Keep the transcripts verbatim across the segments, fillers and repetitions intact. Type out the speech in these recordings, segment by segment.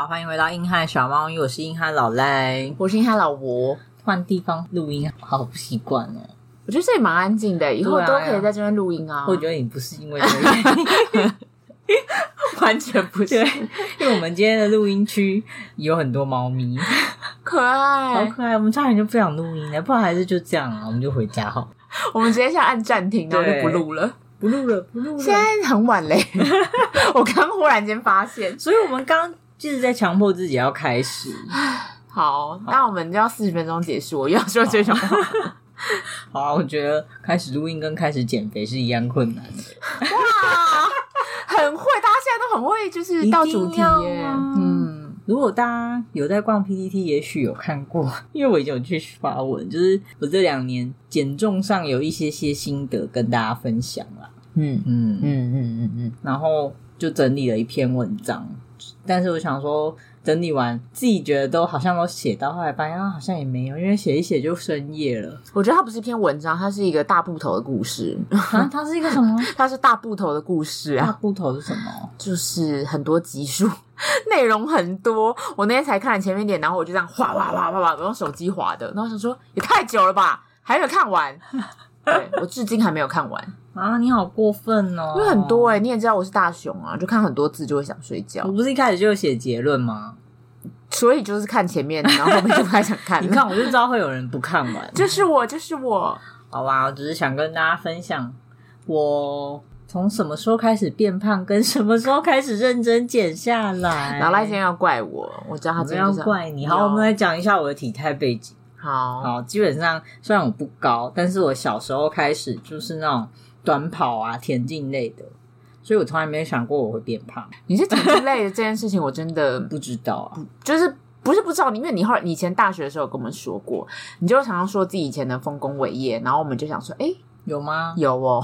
好，欢迎回到硬汉小猫咪，我是硬汉老赖， 我是硬汉老吴。 换地方录音好不习惯哦。 我觉得这里蛮安静的，以后都可以在这边录音啊。 我觉得你不是因为这个原因完全不是， 因为我们今天的录音区有很多猫咪， 可爱， 好可爱。我们差点就不想录音了，不然还是就这样啊，我们就回家好。 我们直接先按暂停，然后就不录了。 不录了，不录了。 现在很晚嘞，我刚忽然间发现， 所以我们刚就是在强迫自己要开始。 好，好那我们就要四十分钟结束，我又要说这种话。 好啊，我觉得开始录音跟开始减肥是一样困难的。 哇，很会，大家现在都很会，就是到主题耶。 啊、嗯，如果大家有在逛 P T T， 也许有看过，因为我已经有去发文，就是我这两年减重上有一些些心得跟大家分享啦。 嗯嗯嗯嗯嗯嗯， 然后就整理了一篇文章，但是我想说整理完自己觉得都好像都写到，后来发现好像也没有，因为写一写就深夜了。 我觉得它不是一篇文章，它是一个大部头的故事。 啊，它是一个什么？ 它是大部头的故事啊。 大部头是什么？ 就是很多集数，内容很多。我那天才看了前面一点，然后我就这样哗哗哗哗哗，我用手机滑的，然后想说也太久了吧，还没有看完。对，我至今还没有看完。 啊，你好过分哦！ 因为很多欸，你也知道我是大熊啊，就看很多字就会想睡觉。 我不是一开始就有写结论吗？ 所以就是看前面，然后后面就不太想看了。 你看，我就知道会有人不看完。 就是我，就是我。 好吧，我只是想跟大家分享，我从什么时候开始变胖，跟什么时候开始认真减下来。 老赖今天要怪我，我知道他今天要怪你。好，我们来讲一下我的体态背景。 好， 好，基本上虽然我不高，但是我小时候开始就是那种短跑啊、田径类的，所以我从来没有想过我会变胖。 你是田径类的这件事情，我真的不知道啊， 就是不是不知道，因为你后来你以前大学的时候有跟我们说过，你就常常说自己以前的丰功伟业，然后我们就想说，哎， 有吗？ 有哦，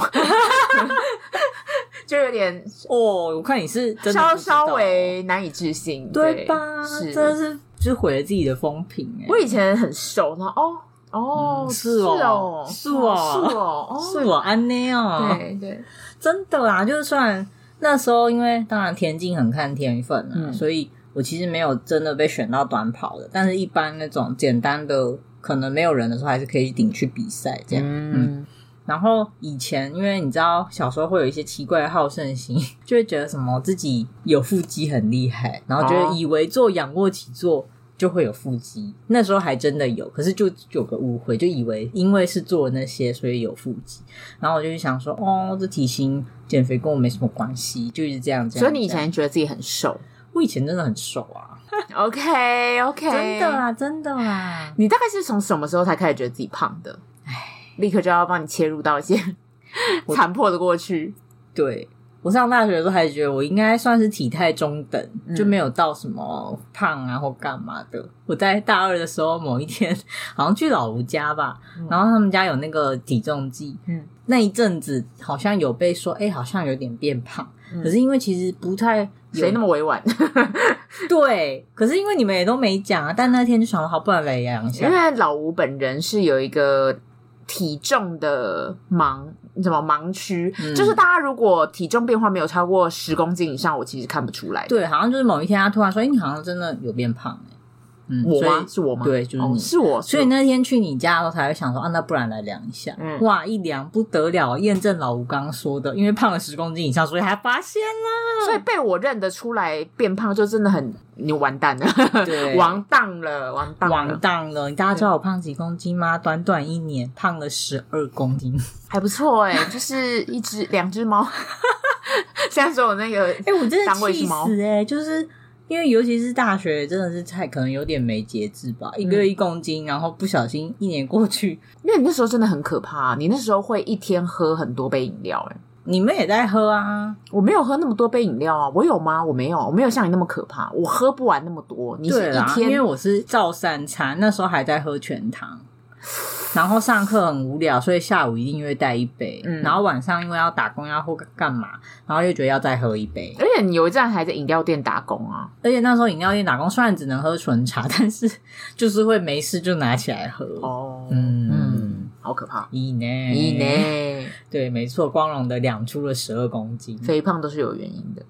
就有点哦，我看你是真的稍稍微难以置信， 对, 对吧？ 是真的是就是毁了自己的风评哎。 我以前很瘦，然后哦。哦、 嗯，是哦， 是哦， 哦，是哦， 是哦，安内哦， 对对， 真的啦，就是虽然那时候因为当然田径很看天分啊、嗯，所以我其实没有真的被选到短跑的，但是一般那种简单的可能没有人的时候，还是可以顶去比赛这样。嗯, 嗯，然后以前因为你知道小时候会有一些奇怪的好胜心，就会觉得什么自己有腹肌很厉害，然后就会以为做仰卧起坐就会有腹肌，那时候还真的有，可是就有个误会，就以为因为是做那些所以有腹肌，然后我就想说哦，这体型减肥跟我没什么关系，就一直这样这样。 所以你以前觉得自己很瘦？ 我以前真的很瘦啊。 OK OK， 真的啦真的啦。 你大概是从什么时候才开始觉得自己胖的？立刻就要帮你切入到一些残破的过去。 对，我上大学的时候还觉得我应该算是体态中等、嗯、就没有到什么胖啊或干嘛的。我在大二的时候某一天好像去老吴家吧、嗯、然后他们家有那个体重计、嗯、那一阵子好像有被说诶好像有点变胖、嗯、可是因为其实不太谁那么委婉对，可是因为你们也都没讲啊，但那天就想说好不然来量一下。 因为老吴本人是有一个体重的盲什么盲区、嗯、就是大家如果体重变化没有超过十公斤以上，我其实看不出来。 对，好像就是某一天他突然说诶你好像真的有变胖欸。嗯， 我吗？是我吗？ 对，就是你、 哦、是我。 所以那天去你家的时候才会想说啊，那不然来量一下、嗯、哇一量不得了，验证老吴刚刚说的，因为胖了十公斤以上，所以还发现了。 所以被我认得出来变胖就真的很你完蛋了。对，完蛋了完蛋了完蛋了。你大家知道我胖几公斤吗？短短一年胖了十二公斤， 还不错欸，就是一只两只猫现在说我那个欸我真的气死欸，就是因为尤其是大学真的是太可能有点没节制吧、嗯、一个月一公斤，然后不小心一年过去。 因为你那时候真的很可怕，你那时候会一天喝很多杯饮料欸。 你们也在喝啊？ 我没有喝那么多杯饮料啊。我有吗？我没有，我没有像你那么可怕，我喝不完那么多。你是一天， 因为我是照三餐，那时候还在喝全糖，然后上课很无聊，所以下午一定会带一杯、嗯、然后晚上因为要打工要或干嘛，然后又觉得要再喝一杯。 而且你有一站还在饮料店打工啊。 而且那时候饮料店打工虽然只能喝纯茶，但是就是会没事就拿起来喝。 哦，嗯嗯，好可怕。 咦呢咦呢， 对，没错，光荣的两出了十二公斤。 肥胖都是有原因的。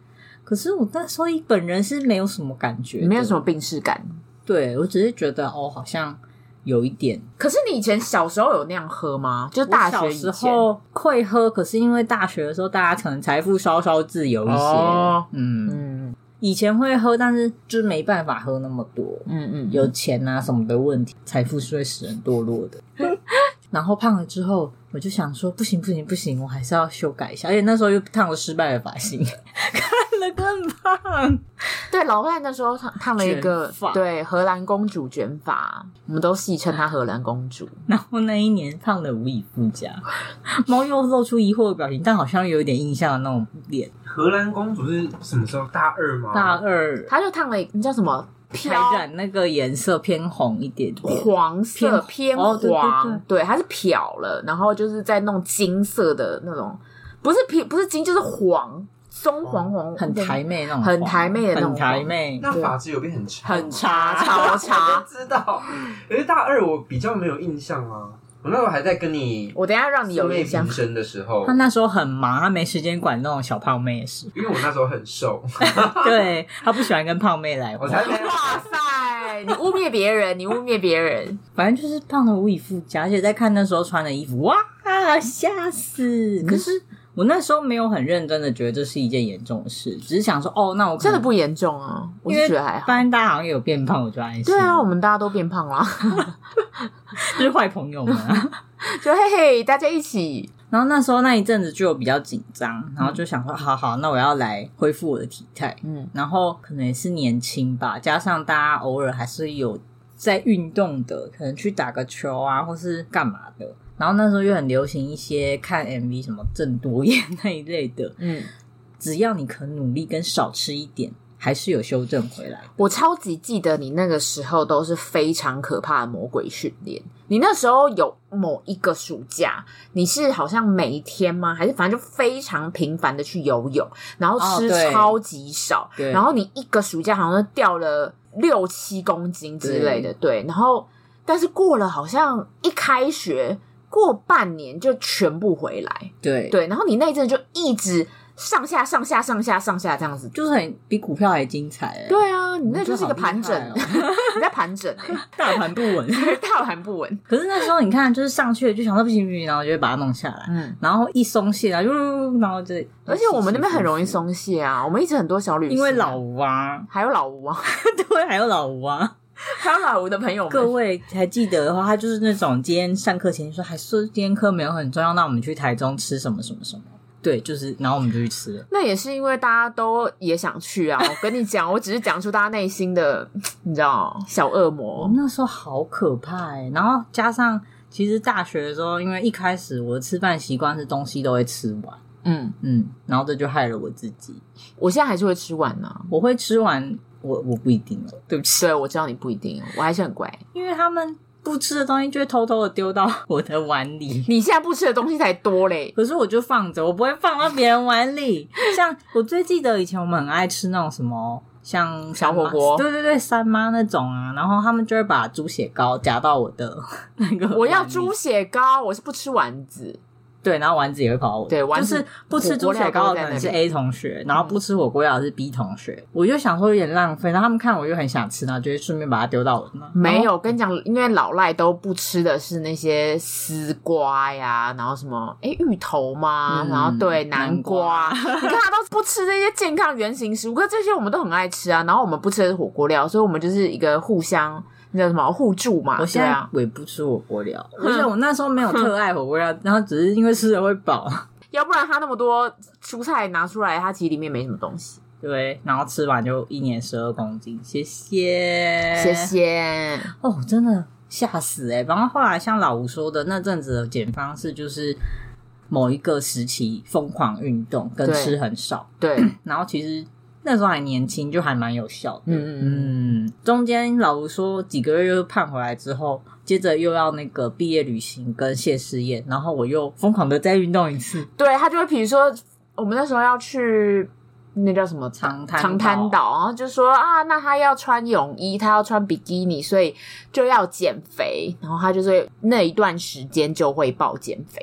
可是我那时候本人是没有什么感觉， 没有什么病耻感。 对，我只是觉得哦，好像有一点。 可是你以前小时候有那样喝吗？就大学以前我小时候会喝，可是因为大学的时候大家可能财富稍稍自由一些， 哦、 嗯嗯，以前会喝，但是就是没办法喝那么多， 嗯嗯， 有钱啊什么的问题，财富是会使人堕落的。然后胖了之后，我就想说，不行不行不行，我还是要修改一下。而且那时候又烫了失败的发型，看了更胖。 对，老赖那时候烫烫了一个对荷兰公主卷发，我们都戏称她荷兰公主。 然后那一年胖的无以复加，猫又露出疑惑的表情，但好像有一点印象的那种脸。 荷兰公主是什么时候？大二吗？ 大二， 她就烫了，你叫什么？ 才染那个颜色偏红一点点， 黄色偏黄， 哦、对, 对, 对, 对，它是漂了，然后就是在弄金色的那种，不是偏不是金就是黄，棕黄黄， 很台妹那种， 很台妹的那种， 很台妹。 那发质有变很差， 很差，超差。 我知道，可是大二我比较没有印象啊。我那时候还在跟你， 我等一下让你有印象。 平生的时候， 他那时候很忙，他没时间管那种小胖妹的事。 因为我那时候很瘦， 对他不喜欢跟胖妹来往。 我才没有。 哇塞，你污蔑别人，你污蔑别人， 反正就是胖的无以复加，而且在看那时候穿的衣服，哇，吓死！可是我那时候没有很认真的觉得这是一件严重的事，只是想说，哦，那我真的不严重啊，我是觉得还好。 不然大家好像有变胖，我就安心。 对啊，我们大家都变胖啦， 就是坏朋友们啊， 就嘿嘿，大家一起。 然后那时候那一阵子就有比较紧张，然后就想说，好好，那我要来恢复我的体态。嗯，然后可能也是年轻吧，加上大家偶尔还是有在运动的，可能去打个球啊，或是干嘛的。然后那时候又很流行一些看 M V 什么郑多燕那一类的，嗯，只要你肯努力跟少吃一点，还是有修正回来。 我超级记得你那个时候都是非常可怕的魔鬼训练。你那时候有某一个暑假，你是好像每一天吗？还是反正就非常频繁的去游泳，然后吃超级少，哦、然后你一个暑假好像掉了六七公斤之类的，对。对，然后但是过了好像一开学过半年就全部回来， 对对。然后你那一阵就一直上下上下上下上下这样子， 就是很比股票还精彩、欸。 对啊，你那就是一个盘整， 哦、 你在盘整哎、欸， 大盘不稳， 大盘不稳。 可是那时候你看，就是上去了就想到不行不行，然后就会把它弄下来，嗯，然后一松懈啊，就然后就， 而且我们那边很容易松懈啊，我们一直很多小旅行、啊， 因为老吴啊， 还有老吴啊， 对，还有老吴啊。 还有老吴的朋友们， 各位还记得的话，他就是那种今天上课前说，还说今天课没有很重要，那我们去台中吃什么什么什么。对，就是然后我们就去吃了。 那也是因为大家都也想去啊。我跟你讲，我只是讲出大家内心的，你知道，小恶魔。 我那时候好可怕哎、欸，然后加上其实大学的时候，因为一开始我的吃饭习惯是东西都会吃完，嗯嗯，然后这就害了我自己。 我现在还是会吃完啊， 我会吃完。我我不一定了，对不起。 对，我知道你不一定，我还是很乖， 因为他们不吃的东西就会偷偷的丢到我的碗里。 你现在不吃的东西才多嘞， 可是我就放着，我不会放到别人碗里。像我最记得以前我们很爱吃那种什么，像小火锅， 对对对，三妈那种啊，然后他们就会把猪血糕夹到我的那个。 我要猪血糕，我是不吃丸子。 对，然后丸子也会跑到我， 对，丸子就是不吃猪血糕的可能是 A 同学，然后不吃火锅料的是 B 同学。嗯、我就想说有点浪费，然后他们看我又很想吃，然后就会顺便把它丢到我那。 没有，跟你讲，因为老赖都不吃的是那些丝瓜呀，然后什么诶芋头嘛，嗯、然后对南瓜，南瓜你看他都不吃这些健康原型食物，可是这些我们都很爱吃啊。然后我们不吃的是火锅料，所以我们就是一个互相。那叫什么互助嘛？ 我现在我也不吃火锅料，而且我那时候没有特爱火锅料，然后只是因为吃了会饱。 要不然他那么多蔬菜拿出来，它其实里面没什么东西。 对，然后吃完就一年十二公斤，谢谢， 谢谢。 哦，真的吓死哎、欸！然后后来像老吴说的，那阵子的减方式就是某一个时期疯狂运动跟吃很少， 对， 然后其实。那时候还年轻，就还蛮有效的。 嗯嗯嗯，中间老吴说几个月又胖回来之后，接着又要那个毕业旅行跟谢师宴，然后我又疯狂的再运动一次。 对，他就会比如说我们那时候要去那叫什么长滩长滩岛，然后就说啊，那他要穿泳衣，他要穿比基尼，所以就要减肥，然后他就是那一段时间就会暴减肥。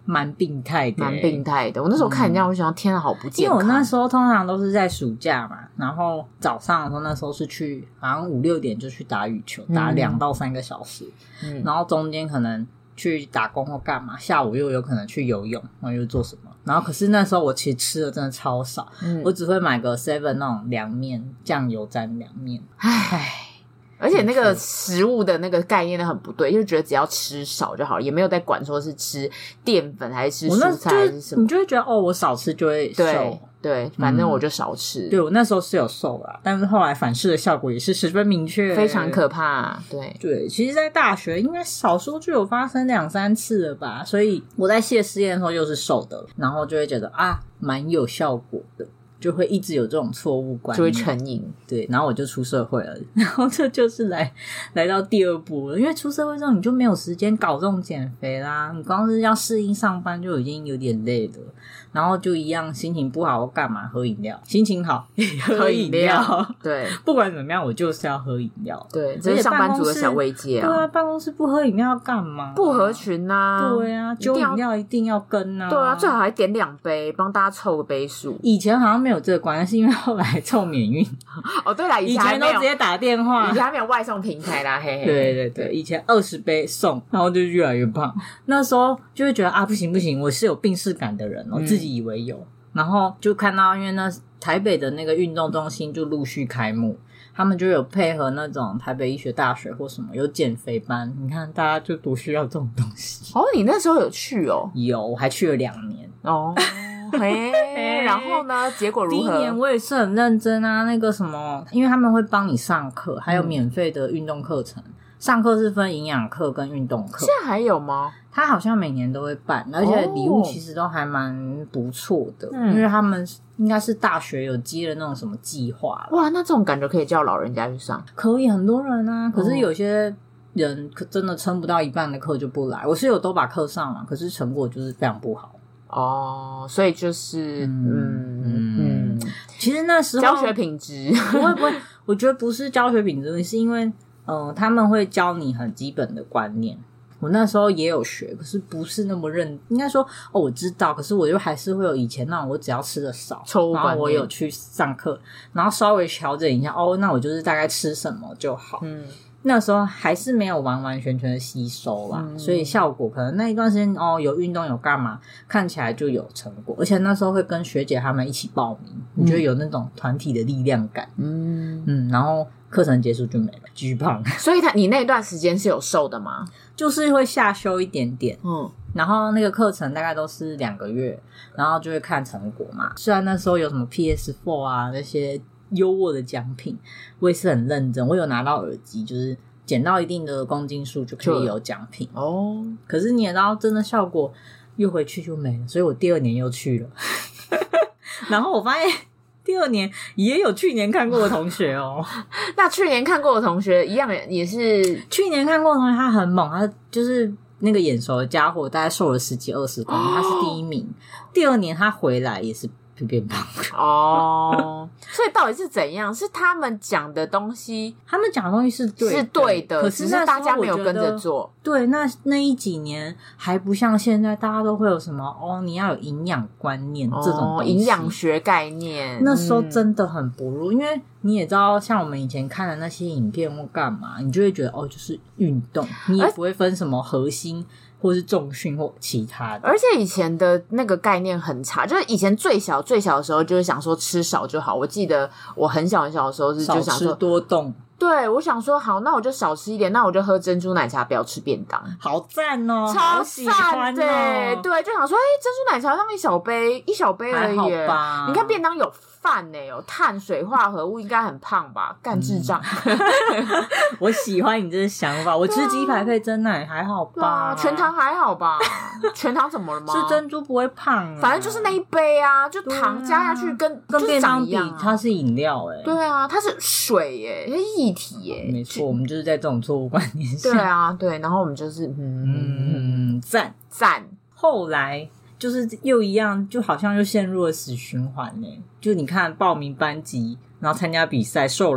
蛮病态的、欸， 蛮病态的。我那时候看人家，我就想，天啊，好不健康。 因为我那时候通常都是在暑假嘛，然后早上的时候那时候是去，好像五六点就去打羽球，打两到三个小时，嗯，然后中间可能去打工或干嘛，下午又有可能去游泳，然后又做什么。然后可是那时候我其实吃的真的超少，嗯、我只会买个 seven 那种凉面，酱油沾凉面，唉。 而且那个食物的那个概念很不对，就觉得只要吃少就好了，也没有在管说是吃淀粉还是吃蔬菜还是什么， 你就会觉得哦，我少吃就会瘦。 对对，反正我就少吃。 嗯、对我那时候是有瘦啦，但是后来反噬的效果也是十分明确， 非常可怕。对对，其实，在大学应该少说就有发生两三次了吧，所以我在谢师宴的时候又是瘦的，然后就会觉得啊，蛮有效果的。就会一直有这种错误观念， 就会成瘾。 对，然后我就出社会了，然后这就是来来到第二步了。因为出社会之后你就没有时间搞这种减肥啦，你光是要适应上班就已经有点累了，然后就一样心情不好我干嘛喝饮料，心情好喝饮料， 对， 不管怎么样我就是要喝饮料。 对，这是上班族的小慰藉啊。 对啊，办公室不喝饮料要干嘛？ 不合群啊。 对啊，揪饮料一定要跟啊。 对啊，最好还点两杯，帮大家凑个杯数。 以前好像没有这个观念，是因为后来凑免运。 哦，对啦， 以前都直接打电话， 以前还没有外送平台啦，嘿嘿。 对对对，以前二十杯送，然后就越来越胖。那时候就会觉得啊，不行不行，我是有病识感的人，我自己以为有，嗯、然后就看到，因为那台北的那个运动中心就陆续开幕。他们就有配合那种台北医学大学或什么有减肥班，你看大家就多需要这种东西。 哦，你那时候有去哦？ 有，我还去了两年哦。嘿，然后呢？结果如何？ 第一年我也是很认真啊，那个什么，因为他们会帮你上课，还有免费的运动课程。嗯、上课是分营养课跟运动课。 现在还有吗？ 他好像每年都会办，而且礼物其实都还蛮不错的，哦、因为他们应该是大学有接了那种什么计划。 哇，那这种感觉可以叫老人家去上？ 可以，很多人啊。可是有些人真的撑不到一半的课就不来。我是有都把课上了，可是成果就是非常不好。 哦，所以就是嗯嗯嗯， 其实那时候教学品质不会不会，我觉得不是教学品质，是因为呃他们会教你很基本的观念。我那时候也有学，可是不是那么认，应该说哦我知道，可是我就还是会有以前那种我只要吃的少，然后我有去上课，然后稍微调整一下，哦那我就是大概吃什么就好。嗯。那时候还是没有完完全全的吸收啦，嗯、所以效果可能那一段时间哦有运动有干嘛，看起来就有成果，而且那时候会跟学姐他们一起报名，你觉得有那种团体的力量感，嗯嗯，然后课程结束就没了，继续胖。 所以他你那段时间是有瘦的吗？ 就是会下修一点点，嗯，然后那个课程大概都是两个月，然后就会看成果嘛。虽然那时候有什么 P S 四 啊那些优渥的奖品，我也是很认真，我有拿到耳机，就是减到一定的公斤数就可以有奖品哦。可是你也知道真的效果又回去就没了，所以我第二年又去了然后我发现第二年也有去年看过的同学哦那去年看过的同学一样也是去年看过的同学，他很猛，他就是那个眼熟的家伙大概瘦了十几二十公斤，他是第一名。第二年他回来也是就变胖哦，所以到底是怎样？是他们讲的东西， 他们讲的东西是对的是对的， 可是只是大家没有跟着做。 对，那那一几年还不像现在，大家都会有什么哦，你要有营养观念、哦、这种东西， 营养学概念。 那时候真的很薄弱、嗯，因为你也知道，像我们以前看的那些影片或干嘛，你就会觉得哦，就是运动，你也不会分什么核心。或是重训或其他的， 而且以前的那个概念很差，就是以前最小最小的时候就是想说吃少就好。我记得我很小很小的时候是就想说少吃多动， 对，我想说好，那我就少吃一点，那我就喝珍珠奶茶，不要吃便当。 好赞哦， 超赞的、欸，对，就想说，哎、欸，珍珠奶茶上一小杯，一小杯而已， 还好吧？ 你看便当有饭呢、欸，有碳水化合物，应该很胖吧？干智障！嗯、 我喜欢你这个想法，我吃鸡排配珍奶还好吧？ 啊、全糖还好吧？全糖怎么了吗？ 吃珍珠不会胖、啊， 反正就是那一杯啊，就糖加下去跟、啊、 跟便当比， 啊、 它是饮料哎、欸， 对啊，它是水耶、欸，它是液体耶、欸， 没错，我们就是在这种错误观念下， 对啊，对，然后我们就是嗯嗯赞赞， 后来。就是又一样，就好像又陷入了死循环呢。就你看报名班级，然后参加比赛瘦了，然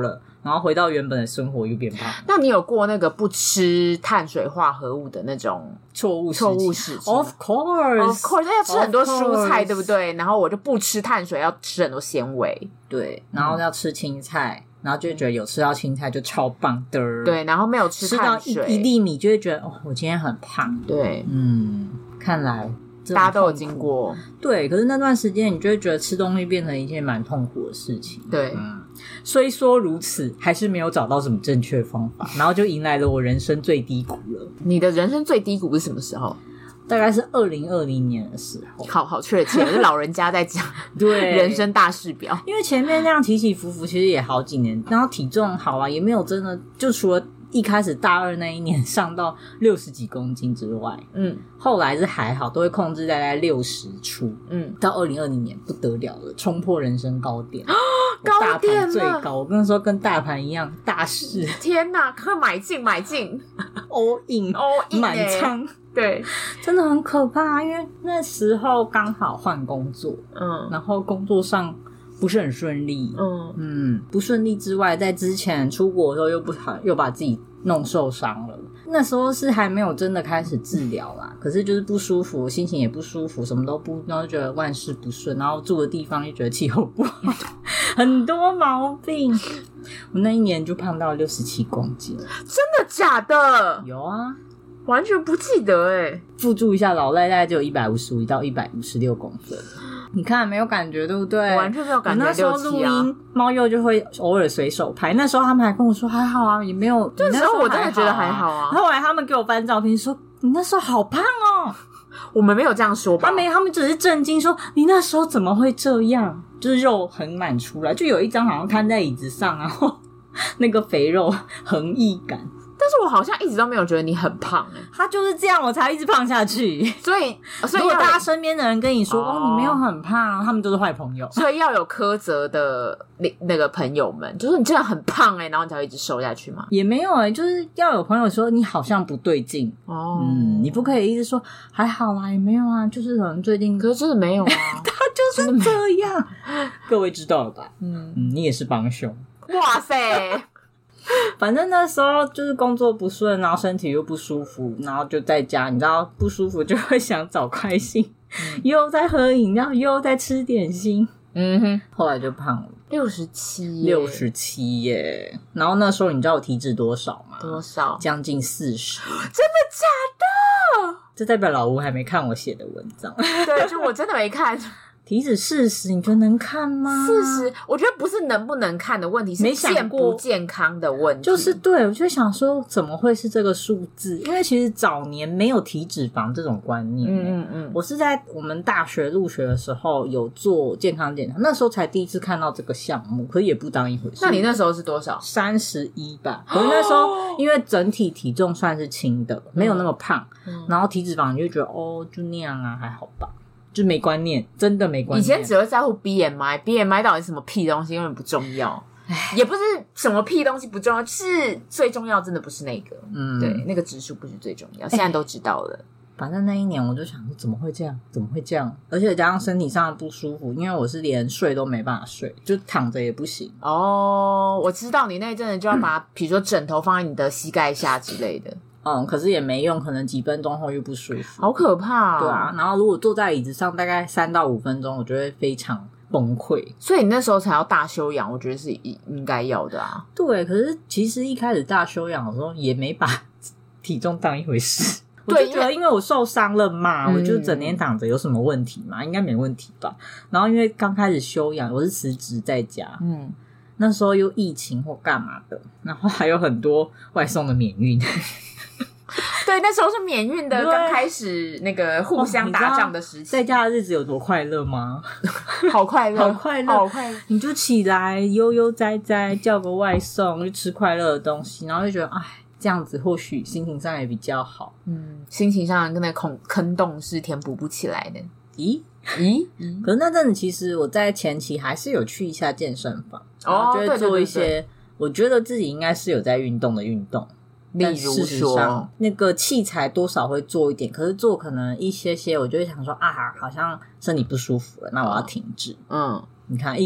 然后回到原本的生活又变胖。 那你有过那个不吃碳水化合物的那种错误错误时期 ？Of course，Of course， 要吃很多蔬菜，对不对？然后我就不吃碳水，要吃很多纤维， 对，然后要吃青菜。嗯，然后就会觉得有吃到青菜就超棒的， 对，然后没有吃碳水， 吃到 一, 一粒米就会觉得哦，我今天很胖。 对， 嗯，看来大家都有经过。 对，可是那段时间你就会觉得吃东西变成一件蛮痛苦的事情。 对， 嗯，虽说如此，还是没有找到什么正确方法，然后就迎来了我人生最低谷了。 你的人生最低谷是什么时候？ 大概是二零二零年的时候。 好好确切，是老人家在讲对人生大事表。 因为前面那样起起伏伏其实也好几年，然后体重好啊，也没有真的就除了一开始大二那一年上到六十几公斤之外，嗯，后来是还好，都会控制在在六十出，嗯，到二零二零年不得了了，冲破人生高点， 高点了， 大盘最高，我跟你说跟大盘一样大势， 天哪，快买进买进 ，all in all in 满仓。 对， 真的很可怕，因为那时候刚好换工作，嗯，然后工作上不是很顺利，嗯嗯，不顺利之外，在之前出国的时候又不好，又把自己弄受伤了。那时候是还没有真的开始治疗啦，可是就是不舒服，心情也不舒服，什么都不，然后就觉得万事不顺，然后住的地方又觉得气候不好，很多毛病。我那一年就胖到六十七公斤， 真的假的？ 有啊。 完全不记得欸， 附注一下，老赖大概就有一百五十五到一百五十六公分，你看没有感觉对不对？ 我完全没有感觉。 那时候录音，猫鼬就会偶尔随手拍，那时候他们还跟我说还好啊，也没有。 那时候我真的觉得还好啊。 后来他们给我翻照片说你那时候好胖哦， 我们没有这样说吧？ 他没，他们只是震惊说你那时候怎么会这样？就是肉很满出来，就有一张好像摊在椅子上，然后那个肥肉横溢感。 但是我好像一直都没有觉得你很胖欸， 他就是这样我才一直胖下去。 所以所以如果大家身边的人跟你说 哦, 哦你没有很胖，他们都是坏朋友。 所以要有苛责的那个朋友们，就是你真的很胖欸，然后你才会一直瘦下去吗？ 也没有欸，就是要有朋友说你好像不对劲哦，嗯，你不可以一直说还好啦，也没有啊，就是可能最近， 可是真的没有啊， 他就是这样，各位知道了吧？嗯嗯，你也是帮凶， 哇塞。 反正那时候就是工作不顺，然后身体又不舒服，然后就在家，你知道不舒服就会想找快心，嗯、又在喝饮料，又在吃点心，嗯哼，后来就胖了六十七， 六十七耶！然后那时候你知道我体脂多少吗？ 多少？ 将近四十，真的假的？ 这代表老吴还没看我写的文章， 对，就我真的没看。 体脂四十，你觉得能看吗？ 四十，我觉得不是能不能看的问题，是健不健康的问题。 就是对，我就想说，怎么会是这个数字？因为其实早年没有体脂肪这种观念。嗯嗯嗯，我是在我们大学入学的时候有做健康检查，那时候才第一次看到这个项目，可是也不当一回事。 那你那时候是多少？ 三十一吧。可是那时候因为整体体重算是轻的，没有那么胖，嗯、然后体脂肪你就觉得哦，就那样啊，还好吧。就没观念，真的没观念。 以前只会在乎 B M I，B M I 到底是什么屁东西，根本不重要。也不是什么屁东西不重要，是最重要，真的不是那个。嗯，对，那个指数不是最重要。现在都知道了。 反正那一年我就想说，怎么会这样？怎么会这样？而且加上身体上的不舒服，因为我是连睡都没办法睡，就躺着也不行。 哦，我知道你那一阵子就要把，比如说枕头放在你的膝盖下之类的。 嗯，可是也没用，可能几分钟后又不舒服， 好可怕哦。 对啊，然后如果坐在椅子上大概三到五分钟，我就会非常崩溃。 所以你那时候才要大休养，我觉得是应该要的啊。 对，可是其实一开始大休养的时候也没把体重当一回事。 对， 我就觉得因为我受伤了嘛，我就整天躺着有什么问题嘛？应该没问题吧。然后因为刚开始休养，我是辞职在家，嗯，那时候又疫情或干嘛的，然后还有很多外送的免运。 对，那时候是免运的，刚开始那个互相打仗的时期， 在家的日子有多快乐吗？ 好快乐， 好快乐， 好快乐！ 你就起来悠悠哉哉叫个外送，就吃快乐的东西，然后就觉得哎，这样子或许心情上也比较好。 嗯，心情上跟那个坑洞是填补不起来的。 咦咦、嗯，可是那阵子其实我在前期还是有去一下健身房，哦，就会做一些对对对对我觉得自己应该是有在运动的运动。 例如说那个器材多少会做一点，可是做可能一些些我就会想说啊，好像身体不舒服了，那我要停止。嗯，你看一直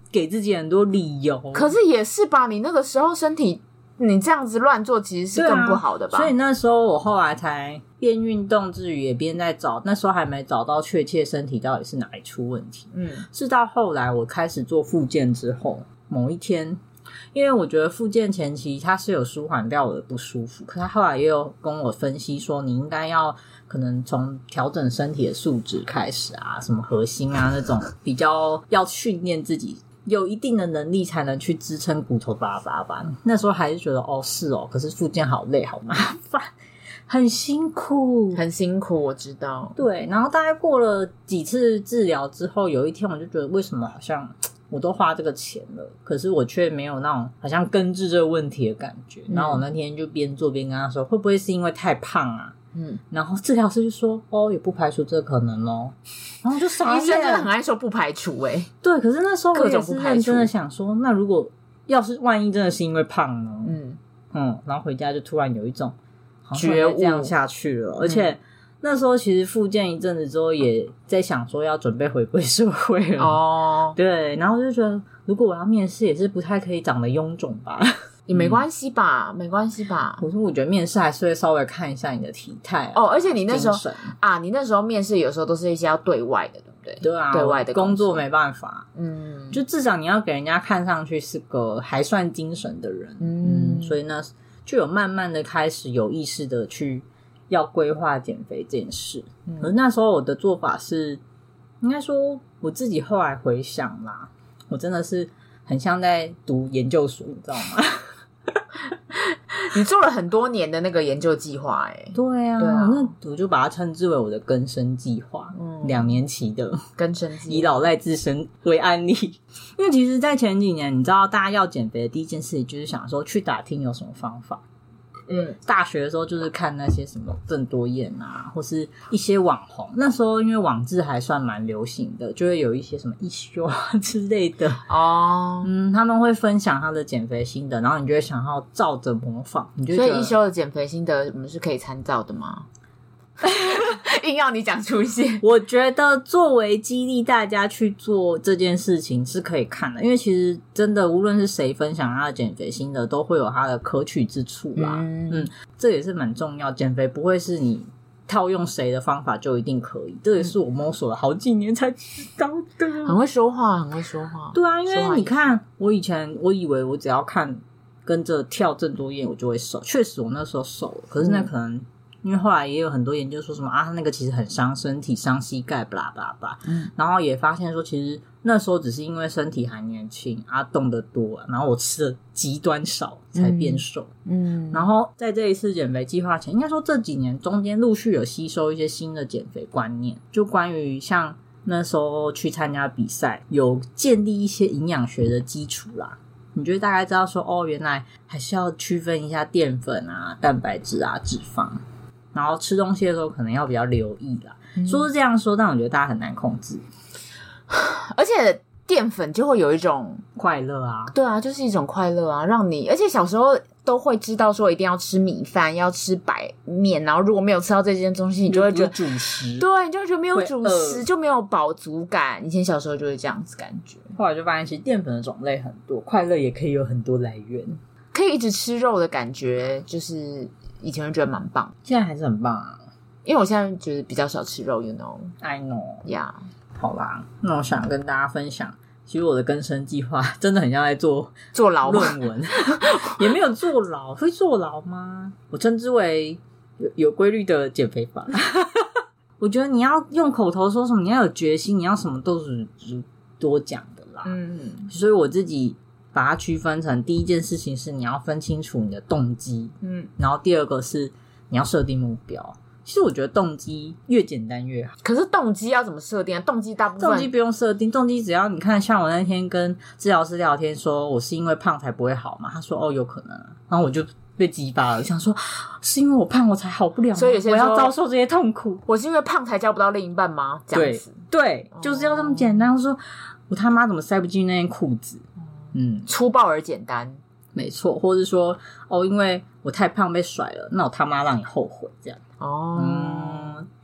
给自己很多理由。 可是也是吧，你那个时候身体你这样子乱做其实是更不好的吧、 啊、所以那时候我后来才边运动之余也边在找，那时候还没找到确切身体到底是哪里出问题。嗯，是到后来我开始做复健之后，某一天因为我觉得复健前期它是有舒缓掉我的不舒服，可他后来也有跟我分析说你应该要可能从调整身体的素质开始啊，什么核心啊那种比较要训练自己有一定的能力才能去支撑骨头巴拉巴拉。那时候还是觉得哦是哦，可是复健好累好麻烦很辛苦很辛苦，我知道。 对，然后大概过了几次治疗之后，有一天我就觉得为什么好像我都花这个钱了，可是我却没有那种好像根治这个问题的感觉、嗯、然后我那天就边做边跟他说会不会是因为太胖啊，嗯，然后治疗师就说哦也不排除这个可能咯，然后就傻眼。 医生真的很爱说不排除欸。 对，可是那时候我也是认真的想说那如果要是万一真的是因为胖呢，嗯嗯，然后回家就突然有一种觉悟这样下去了、嗯、而且那时候其实复健一阵子之后也在想说要准备回归社会了哦，对，然后就觉得如果我要面试也是不太可以长得臃肿吧。 也没关系吧、嗯、没关系吧。 我说我觉得面试还是会稍微看一下你的体态、啊、 哦，而且你那时候啊，你那时候面试有时候都是一些要对外的，对不对？ 对啊， 对外的工作没办法，嗯，就至少你要给人家看上去是个还算精神的人，嗯，所以呢就有慢慢的开始有意识的去要规划减肥这件事、嗯、可是那时候我的做法是应该说我自己后来回想啦，我真的是很像在读研究所，你知道吗？ 你做了很多年的那个研究计划欸。 对啊，对啊，那我就把它称之为我的更生计划，嗯，两年期的更生计划， 以老赖自身为案例。因为其实在前几年你知道大家要减肥的第一件事情就是想说去打听有什么方法，嗯，大学的时候就是看那些什么郑多燕啊，或是一些网红。那时候因为网志还算蛮流行的，就会有一些什么一休啊之类的哦，嗯，他们会分享他的减肥心得，然后你就会想要照着模仿。你就觉得所以一休的减肥心得我们是可以参照的吗？硬要你讲出现。 我觉得作为激励大家去做这件事情是可以看的，因为其实真的无论是谁分享他的减肥心得都会有他的可取之处啦。 嗯, 嗯，这也是蛮重要，减肥不会是你套用谁的方法就一定可以，这也是我摸索了好几年才知道的。 很会说话很会说话。 对啊，因为你看我以前我以为我只要看跟着跳郑多燕我就会瘦，确实我那时候瘦了，可是那可能、嗯因为后来也有很多研究说什么啊，那个其实很伤身体，伤膝盖，巴拉巴拉巴拉。嗯，然后也发现说，其实那时候只是因为身体还年轻啊，动得多，然后我吃的极端少才变瘦。嗯，然后在这一次减肥计划前，应该说这几年中间陆续有吸收一些新的减肥观念，就关于像那时候去参加比赛，有建立一些营养学的基础啦。你就会大概知道说，哦，原来还是要区分一下淀粉啊、蛋白质啊、脂肪。然后吃东西的时候可能要比较留意啦、嗯、说是这样说，但我觉得大家很难控制， 而且淀粉就会有一种快乐啊， 对啊，就是一种快乐啊，让你而且小时候都会知道说一定要吃米饭，要吃白面，然后如果没有吃到这件东西你就会觉得主食， 对，你就会觉得没有主食就没有饱足感，以前小时候就会这样子感觉。 后来就发现其实淀粉的种类很多，快乐也可以有很多来源， 可以一直吃肉的感觉就是以前会觉得蛮棒， 现在还是很棒啊。 因为我现在觉得比较少吃肉 you know I know yeah 好啦，那我想跟大家分享其实我的更生计划真的很像在做坐牢论文也没有坐牢，会坐牢吗？我称之为有有规律的减肥法我觉得你要用口头说什么，你要有决心，你要什么都是多讲的啦。嗯，所以我自己把它区分成第一件事情是你要分清楚你的动机，嗯，然后第二个是你要设定目标。其实我觉得动机越简单越好。 可是动机要怎么设定啊？动机大部分动机不用设定，动机只要你看，像我那天跟治疗师聊天说我是因为胖才不会好嘛，他说哦有可能啊，然后我就被激发了，想说是因为我胖我才好不了吗？ 所以有些我要遭受这些痛苦， 我是因为胖才交不到另一半吗？这样子对, 对就是要这么简单。我说我他妈怎么塞不进那件裤子， 嗯，粗暴而简单， 没错。或者说哦因为我太胖被甩了，那我他妈让你后悔这样哦，嗯，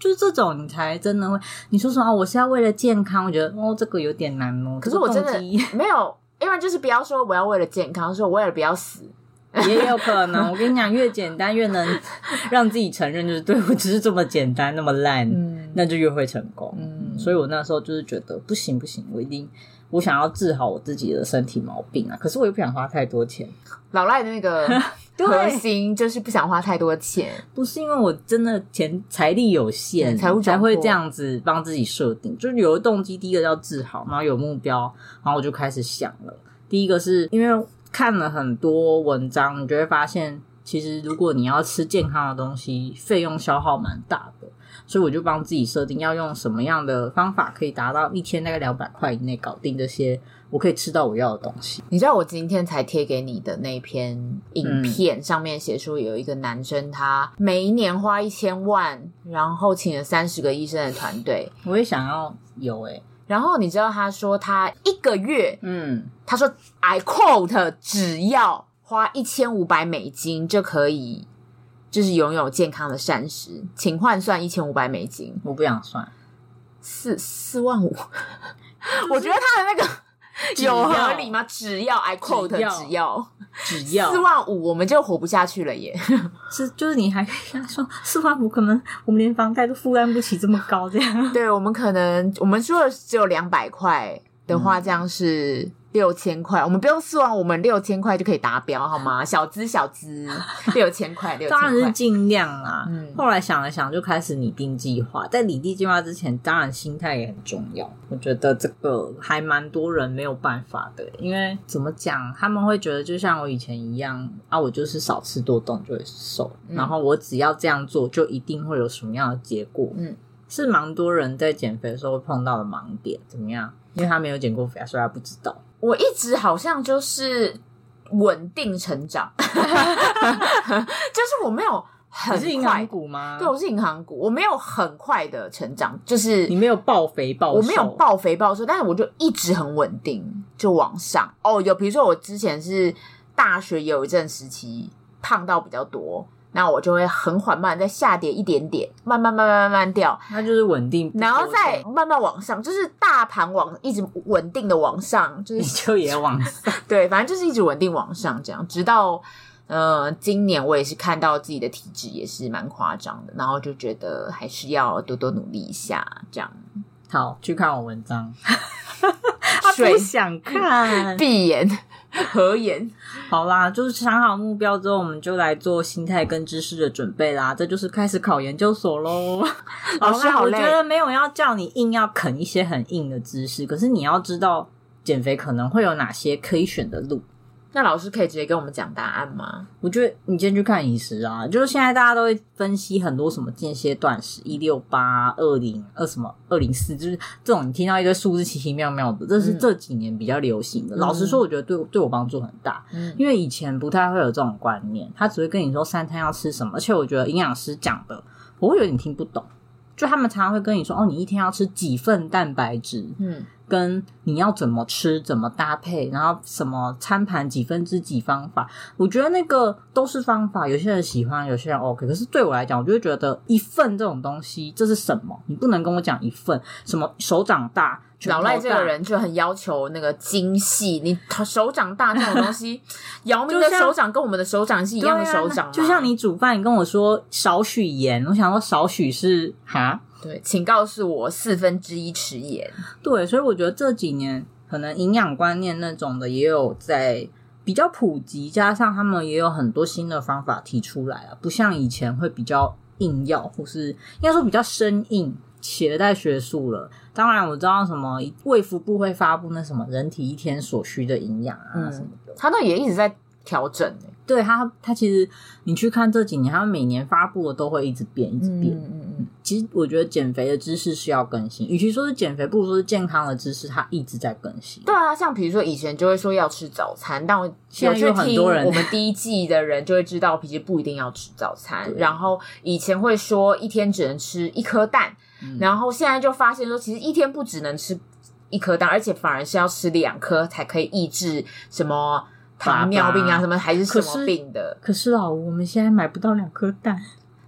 就是这种你才真的会，你说什么、啊、我是要为了健康，我觉得哦这个有点难哦。 可是我真的没有，因为就是不要说我要为了健康，说我为了不要死。 也有可能，我跟你讲，越简单越能让自己承认，就是对我只是这么简单，那么烂，嗯、那就越会成功。嗯，所以我那时候就是觉得不行不行，我一定我想要治好我自己的身体毛病啊，可是我又不想花太多钱。 老赖的那个核心就是不想花太多钱， 不是因为我真的钱财力有限，财务才会这样子帮自己设定，就是有的动机，第一个要治好，然后有目标，然后我就开始想了。第一个是因为看了很多文章，你就会发现其实如果你要吃健康的东西，费用消耗蛮大的，所以我就帮自己设定要用什么样的方法可以达到一天大概两百块以内搞定这些我可以吃到我要的东西。 你知道我今天才贴给你的那篇影片、嗯、上面写说有一个男生他每一年花一千万，然后请了三十个医生的团队。 我也想要有诶、欸然后你知道他说他一个月，嗯，他说 I quote 只要花一千五百美金就可以，就是拥有健康的膳食，请换算一千五百美金。 我不想算， 四四万五，我觉得他的那个有合理吗？只要 I quote 只要只要四万五，我们就活不下去了耶！ 是，就是你还可以跟他说四万五，可能我们连房贷都负担不起这么高，这样。 对，我们可能我们说的只有两百块的话，这样是六千块，我们不用四万，我们六千块就可以达标，好吗？小资小资，六千块，六千块， 当然是尽量啦。嗯，后来想了想，就开始拟定计划。在拟定计划之前，当然心态也很重要。我觉得这个还蛮多人没有办法的，因为怎么讲，他们会觉得就像我以前一样啊，我就是少吃多动就会瘦，嗯、然后我只要这样做，就一定会有什么样的结果。嗯，是蛮多人在减肥的时候会碰到的盲点。怎么样？因为他没有减过肥啊，所以他不知道。 我一直好像就是稳定成长，就是我没有很快。 你是银行股吗？ 对，我是银行股，我没有很快的成长，就是你没有暴肥暴瘦， 我没有暴肥暴瘦，但是我就一直很稳定，就往上。哦，有比如说我之前是大学有一阵时期胖到比较多。那我就会很缓慢再下跌一点点，慢慢慢慢慢慢掉， 那就是稳定， 然后再慢慢往上，就是大盘往一直稳定的往上，就是你就也往上， 对，反正就是一直稳定往上这样，直到呃今年我也是看到自己的体质也是蛮夸张的，然后就觉得还是要多多努力一下，这样。 好，去看我文章，他不想看， 闭眼。合眼。 好啦，就是想好目标之后，我们就来做心态跟知识的准备啦。这就是开始考研究所咯。 老师好累， 我觉得没有要叫你硬要啃一些很硬的知识，可是你要知道减肥可能会有哪些可以选的路。 那老师可以直接跟我们讲答案吗？ 我觉得你今天去看饮食啊，就是现在大家都会分析很多什么间歇断食一六八、二零、二什么二零四，就是这种你听到一堆数字奇奇妙妙的，这是这几年比较流行的。嗯、老实说，我觉得对对我帮助很大、嗯，因为以前不太会有这种观念，他只会跟你说三餐要吃什么，而且我觉得营养师讲的我会有点听不懂。就他们常常会跟你说，哦，你一天要吃几份蛋白质，嗯，跟你要怎么吃，怎么搭配，然后什么餐盘几分之几方法，我觉得那个都是方法，有些人喜欢，有些人 OK。可是对我来讲，我就会觉得一份这种东西，这是什么？你不能跟我讲一份，什么手掌大。 老赖这个人就很要求那个精细，你手掌大这种东西，姚明的手掌跟我们的手掌是一样的手掌吗？ 就像你煮饭，你跟我说少许盐，我想说少许是哈， 对，请告诉我四分之一匙盐。 对，所以我觉得这几年可能营养观念那种的也有在比较普及，加上他们也有很多新的方法提出来啊，不像以前会比较硬要，或是应该说比较生硬。写在学术了，当然我知道什么卫福部会发布那什么人体一天所需的营养啊什么的， 嗯、他那也一直在调整、欸、 对他他其实你去看这几年他们每年发布的都会一直变一直变。嗯嗯嗯。其实我觉得减肥的知识是要更新，与其说是减肥不如说是健康的知识，它一直在更新。 对啊，像比如说以前就会说要吃早餐，但我现在有很多人我们第一季的人就会知道其实不一定要吃早餐，然后以前会说一天只能吃一颗蛋，嗯、然后现在就发现说其实一天不只能吃一颗蛋，而且反而是要吃两颗才可以抑制什么糖尿病啊什么还是什么病的。 可是，可是老吴我们现在买不到两颗蛋。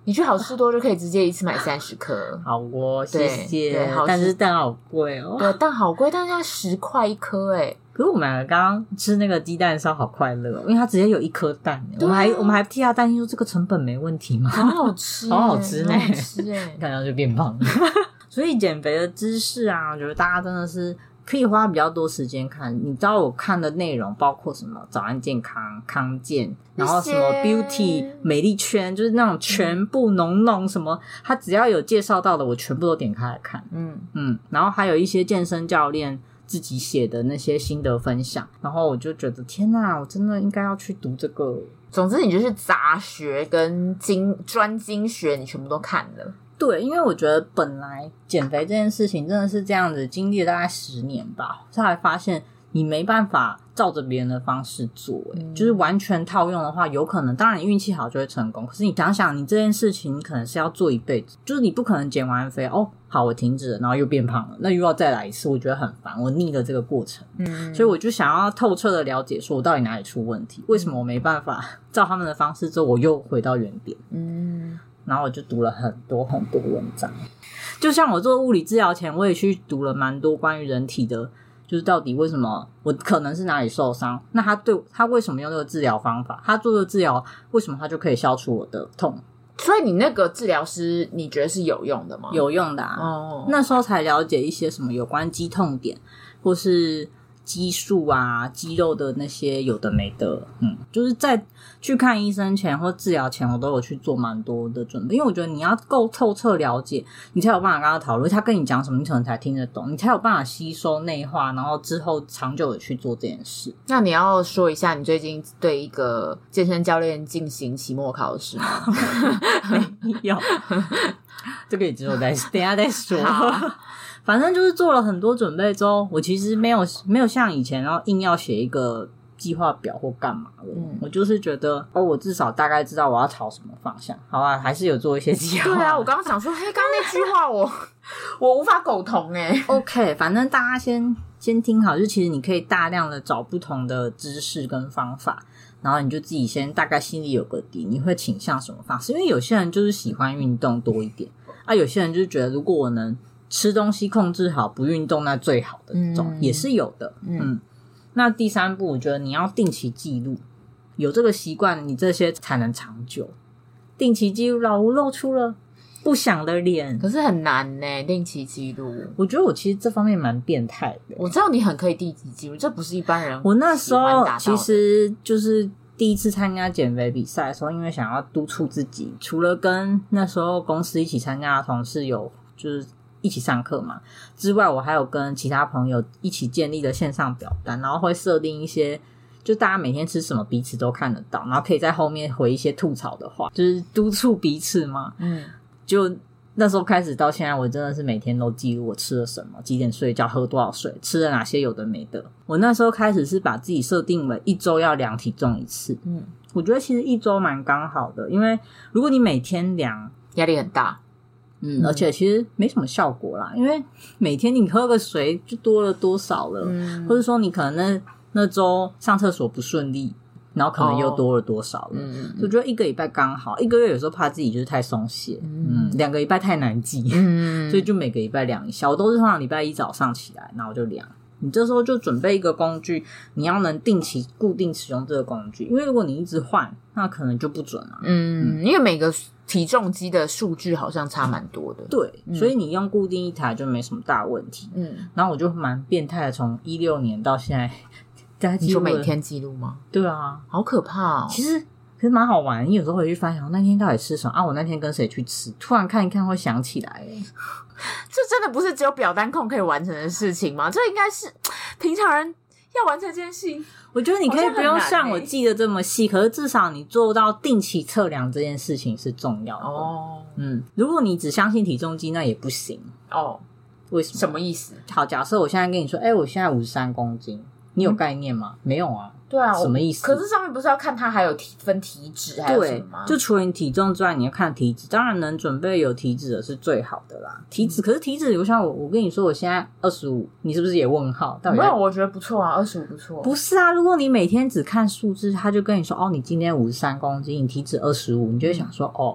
你去好事多就可以直接一次买三十颗。 好哦，谢谢。 好， 但是蛋好贵哦。 对，蛋好贵，但是它十块一颗哎。 可是我们两个刚刚吃那个鸡蛋烧好快乐、哦，因为它直接有一颗蛋、啊，我们还我们还替他担心说这个成本没问题吗？ 好好吃， 好好吃呢， 好好吃哎， 看到就变胖了。所以减肥的知识啊，我觉得大家真的是可以花比较多时间看。你知道我看的内容包括什么？早安健康、康健，然后什么 beauty 美丽圈，就是那种全部浓浓什么，他只要有介绍到的，我全部都点开来看。嗯嗯，然后还有一些健身教练自己写的那些心得分享，然后我就觉得天哪，我真的应该要去读这个。 总之，你就是杂学跟精专精学，你全部都看了。 对，因为我觉得本来减肥这件事情真的是这样子，经历了大概十年吧，才才发现你没办法照着别人的方式做、欸嗯、就是完全套用的话有可能，当然你运气好就会成功，可是你想想你这件事情你可能是要做一辈子，就是你不可能减完肥哦好我停止了然后又变胖了，那又要再来一次，我觉得很烦，我腻了这个过程。嗯，所以我就想要透彻的了解说我到底哪里出问题，为什么我没办法照他们的方式做，我又回到原点。嗯，然后我就读了很多很多文章，就像我做物理治疗前我也去读了蛮多关于人体的，就是到底为什么我可能是哪里受伤，那他对他为什么用这个治疗方法，他做的治疗为什么他就可以消除我的痛。 所以你那个治疗师你觉得是有用的吗？ 有用的啊、哦、那时候才了解一些什么有关肌痛点或是激素啊肌肉的那些有的没的。嗯，就是在去看医生前或治疗前我都有去做蛮多的准备，因为我觉得你要够透彻了解你才有办法跟他讨论，他跟你讲什么你可能才听得懂，你才有办法吸收内化，然后之后长久的去做这件事。 那你要说一下你最近对一个健身教练进行期末考试吗？ 没有这个也只有在等一下再说。反正就是做了很多准备之后，我其实没有没有像以前然后硬要写一个计划表或干嘛了、嗯、我就是觉得哦，我至少大概知道我要朝什么方向。好啊，还是有做一些计划。 对啊，我刚刚想说嘿，刚刚那句话我我无法苟同耶。 OK， 反正大家先先听好，就其实你可以大量的找不同的知识跟方法，然后你就自己先大概心里有个底，你会倾向什么方式。因为有些人就是喜欢运动多一点啊，有些人就是觉得如果我能吃东西控制好不运动那最好的这种、嗯、也是有的。 嗯, 嗯，那第三步我觉得你要定期记录，有这个习惯你这些才能长久。定期记录老吴露出了不想的脸， 可是很难呢，定期记录。 我觉得我其实这方面蛮变态的。 我知道你很可以定期记录，这不是一般人。 我那时候其实就是第一次参加减肥比赛的时候，因为想要督促自己，除了跟那时候公司一起参加的同事有就是一起上课嘛之外，我还有跟其他朋友一起建立了线上表单，然后会设定一些就大家每天吃什么彼此都看得到，然后可以在后面回一些吐槽的话，就是督促彼此嘛。嗯，就那时候开始到现在我真的是每天都记录我吃了什么，几点睡觉，喝多少水，吃了哪些有的没的。我那时候开始是把自己设定为一周要量体重一次。嗯，我觉得其实一周蛮刚好的，因为如果你每天量压力很大。 嗯，而且其实没什么效果啦，因为每天你喝个水就多了多少了。嗯，或者说你可能那那周上厕所不顺利，然后可能又多了多少了。嗯，我觉得一个礼拜刚好，一个月有时候怕自己就是太松懈。嗯，两个礼拜太难记。嗯，所以就每个礼拜量一下。我都是通常礼拜一早上起来然后就量。你这时候就准备一个工具，你要能定期固定使用这个工具，因为如果你一直换那可能就不准了。嗯， 因为每个体重机的数据好像差蛮多的。 对、嗯、所以你用固定一台就没什么大问题。嗯，然后我就蛮变态的，从一六年到现在大概记录了。 你说每天记录吗？ 对啊， 好可怕哦。 其实可是蛮好玩，你有时候回去翻想那天到底吃什么啊，我那天跟谁去吃，突然看一看会想起来。 这真的不是只有表单控可以完成的事情吗？这应该是平常人要完成这件事情。 我觉得你可以不用像我记得这么细、欸、可是至少你做到定期测量这件事情是重要的。哦，嗯，如果你只相信体重机那也不行。哦，为什么？ 什么意思？ 好，假设我现在跟你说，哎、欸，我现在五十三公斤，你有概念吗？嗯、没有啊。 对啊， 什么意思？ 可是上面不是要看它还有体分体脂还有什么吗？ 对，就除了你体重之外，你要看体脂。当然能准备有体脂的是最好的啦。体脂、嗯、可是体脂，就像我我跟你说，我现在二十五，你是不是也问号？到底没有，我觉得不错啊，二十五不错。 不是啊，如果你每天只看数字，他就跟你说哦，你今天五十三公斤，你体脂二十五，你就会想说、嗯、哦。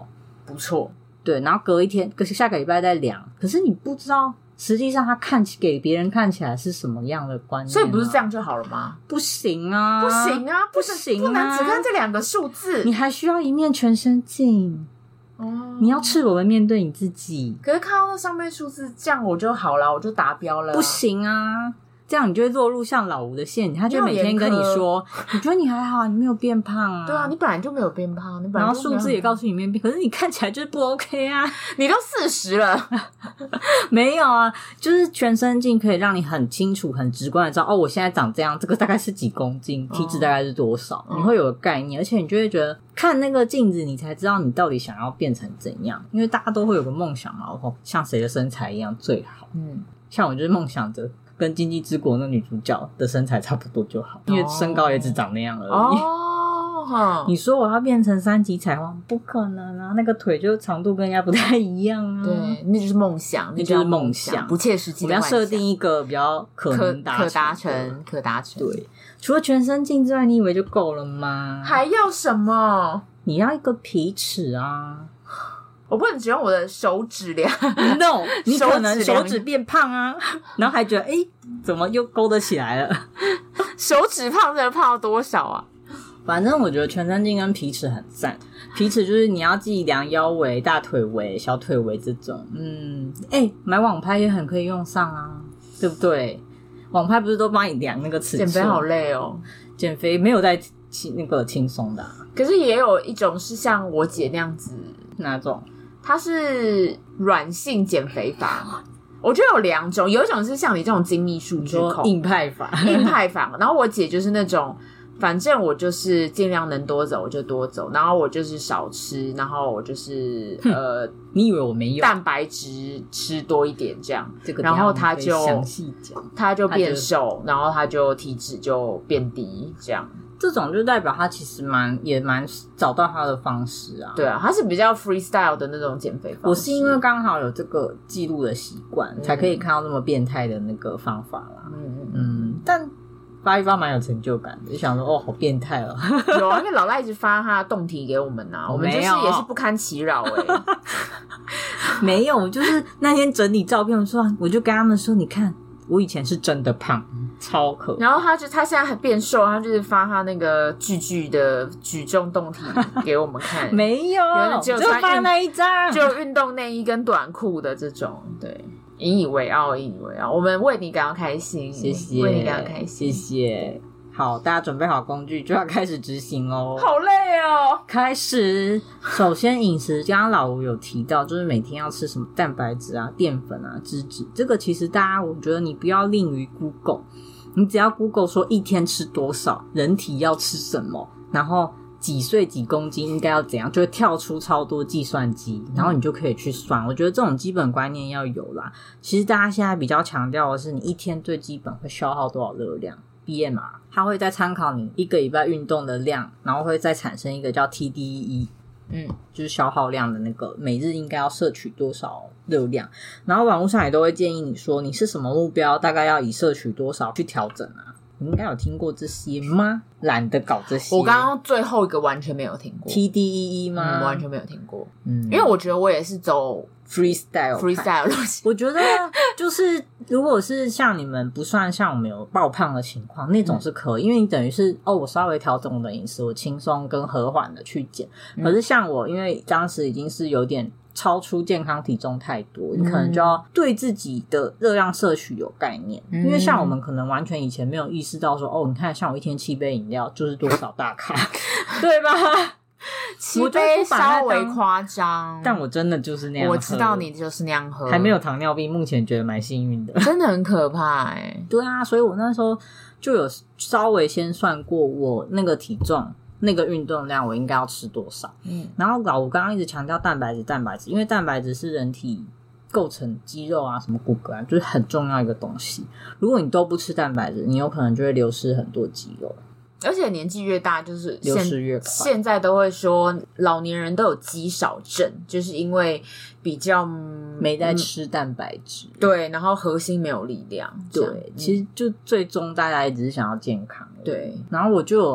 不错。 对，然后隔一天，可是下个礼拜再量，可是你不知道实际上它看起给别人看起来是什么样的观念、啊， 所以不是这样就好了吗？ 不行啊， 不行啊， 不行啊， 不能只看这两个数字， 你还需要一面全身镜。哦，你要赤裸的面对你自己。 可是看到那上面数字，这样我就好了，我就达标了。 不行啊，这样你就会落入像老吴的陷阱，他就每天跟你说，你觉得你还好，你没有变胖啊。 对啊，你本来就没有变胖，你本来就没有， 然后数字也告诉你没有变，可是你看起来就是不 OK 啊， 你都四十了。 没有啊，就是全身镜可以让你很清楚、很直观的知道，哦，我现在长这样，这个大概是几公斤，体脂大概是多少，哦、你会有个概念，而且你就会觉得看那个镜子，你才知道你到底想要变成怎样，因为大家都会有个梦想嘛，哦，像谁的身材一样最好，嗯，像我就是梦想着跟经济之国那女主角的身材差不多就好，因为身高也只长那样而已。哦，你说我要变成三级彩虹，不可能啊！那个腿就长度跟人家不太一样啊。 对，那就是梦想， 那就是梦想， 不切实际的我们要设定一个比较可能达成、可达成、可达成。 对，除了全身镜之外，你以为就够了吗？ 还要什么？ 你要一个皮尺啊！ 我不能只用我的手指量 ，no， 你可能手指变胖啊，然后还觉得哎、欸，怎么又勾得起来了？ 手指胖真的胖到多少啊？ 反正我觉得全身镜跟皮尺很赞。皮尺就是你要自己量腰围、大腿围、小腿围这种。嗯，哎、欸，买网拍也很可以用上啊，对不对？网拍不是都帮你量那个尺寸？ 减肥好累哦， 减肥没有在那个轻松的、啊。 可是也有一种是像我姐那样子， 哪种？ 它是软性减肥法。我觉得有两种，有一种是像你这种精密数据控硬派法， 硬派法。然后我姐就是那种，反正我就是尽量能多走我就多走，然后我就是少吃，然后我就是呃， 你以为我没有蛋白质吃多一点这样， 这个然后她就详细讲， 她就变瘦，然后她就体脂就变低这样。 这种就代表他其实蛮也蛮找到他的方式啊。 对啊，他是比较 freestyle 的那种减肥方式。 我是因为刚好有这个记录的习惯、嗯，才可以看到那么变态的那个方法啦。嗯嗯嗯，但发一发蛮有成就感的，就想说哦，好变态哦。 有啊，因为老赖一直发他的动体给我们啊，我们就是也是不堪其扰哎、欸。 没有，就是那天整理照片的时候，我就跟他们说，你看我以前是真的胖。超可怕， 然后他就他现在还变瘦，他就是发他那个巨巨的举重动体给我们看， 没有， 就发那一张， 就运动内衣跟短裤的这种，对，引以为傲，引以为傲，我们为你感到开心， 谢谢， 为你感到开心， 谢谢。好，大家准备好工具就要开始执行咯。 好累哦！ 开始，首先饮食，刚刚老吴有提到，就是每天要吃什么蛋白质啊、淀粉啊、脂质，这个其实大家我觉得你不要吝于 Google， 你只要 Google 说一天吃多少，人体要吃什么，然后几岁几公斤应该要怎样，就会跳出超多计算机，然后你就可以去算。我觉得这种基本观念要有啦。其实大家现在比较强调的是，你一天最基本会消耗多少热量。B M R 它会再参考你一个礼拜运动的量，然后会再产生一个叫 T D E， 嗯，就是消耗量的那个每日应该要摄取多少热量，然后网络上也都会建议你说你是什么目标，大概要以摄取多少去调整啊。你应该有听过这些吗？懒得搞这些。 我刚刚最后一个完全没有听过 T D E E 吗、 嗯、完全没有听过。嗯，因为我觉得我也是走 freestyle freestyle 路线。 我觉得就是如果是像你们不算像我们有爆胖的情况，那种是可以、嗯、因为你等于是哦，我稍微调整我的饮食，我轻松跟和缓的去减、嗯、可是像我因为当时已经是有点超出健康体重太多，你可能就要对自己的热量摄取有概念、嗯、因为像我们可能完全以前没有意识到说哦，你看像我一天七杯饮料就是多少大卡对吧？ 七杯稍微夸张， 但我真的就是那样喝。 我知道你就是那样喝， 还没有糖尿病，目前觉得蛮幸运的。 真的很可怕哎、欸。 对啊，所以我那时候就有稍微先算过我那个体重那个运动量我应该要吃多少。嗯，然后老吴刚刚一直强调蛋白质蛋白质，因为蛋白质是人体构成肌肉啊什么骨骼啊，就是很重要一个东西。如果你都不吃蛋白质，你有可能就会流失很多肌肉。 而且年纪越大，就是流失越快。 现在都会说老年人都有肌少症，就是因为比较没在吃蛋白质、嗯， 对，然后核心没有力量。 对，其实就最终大家也只是想要健康。 对， 然后我就有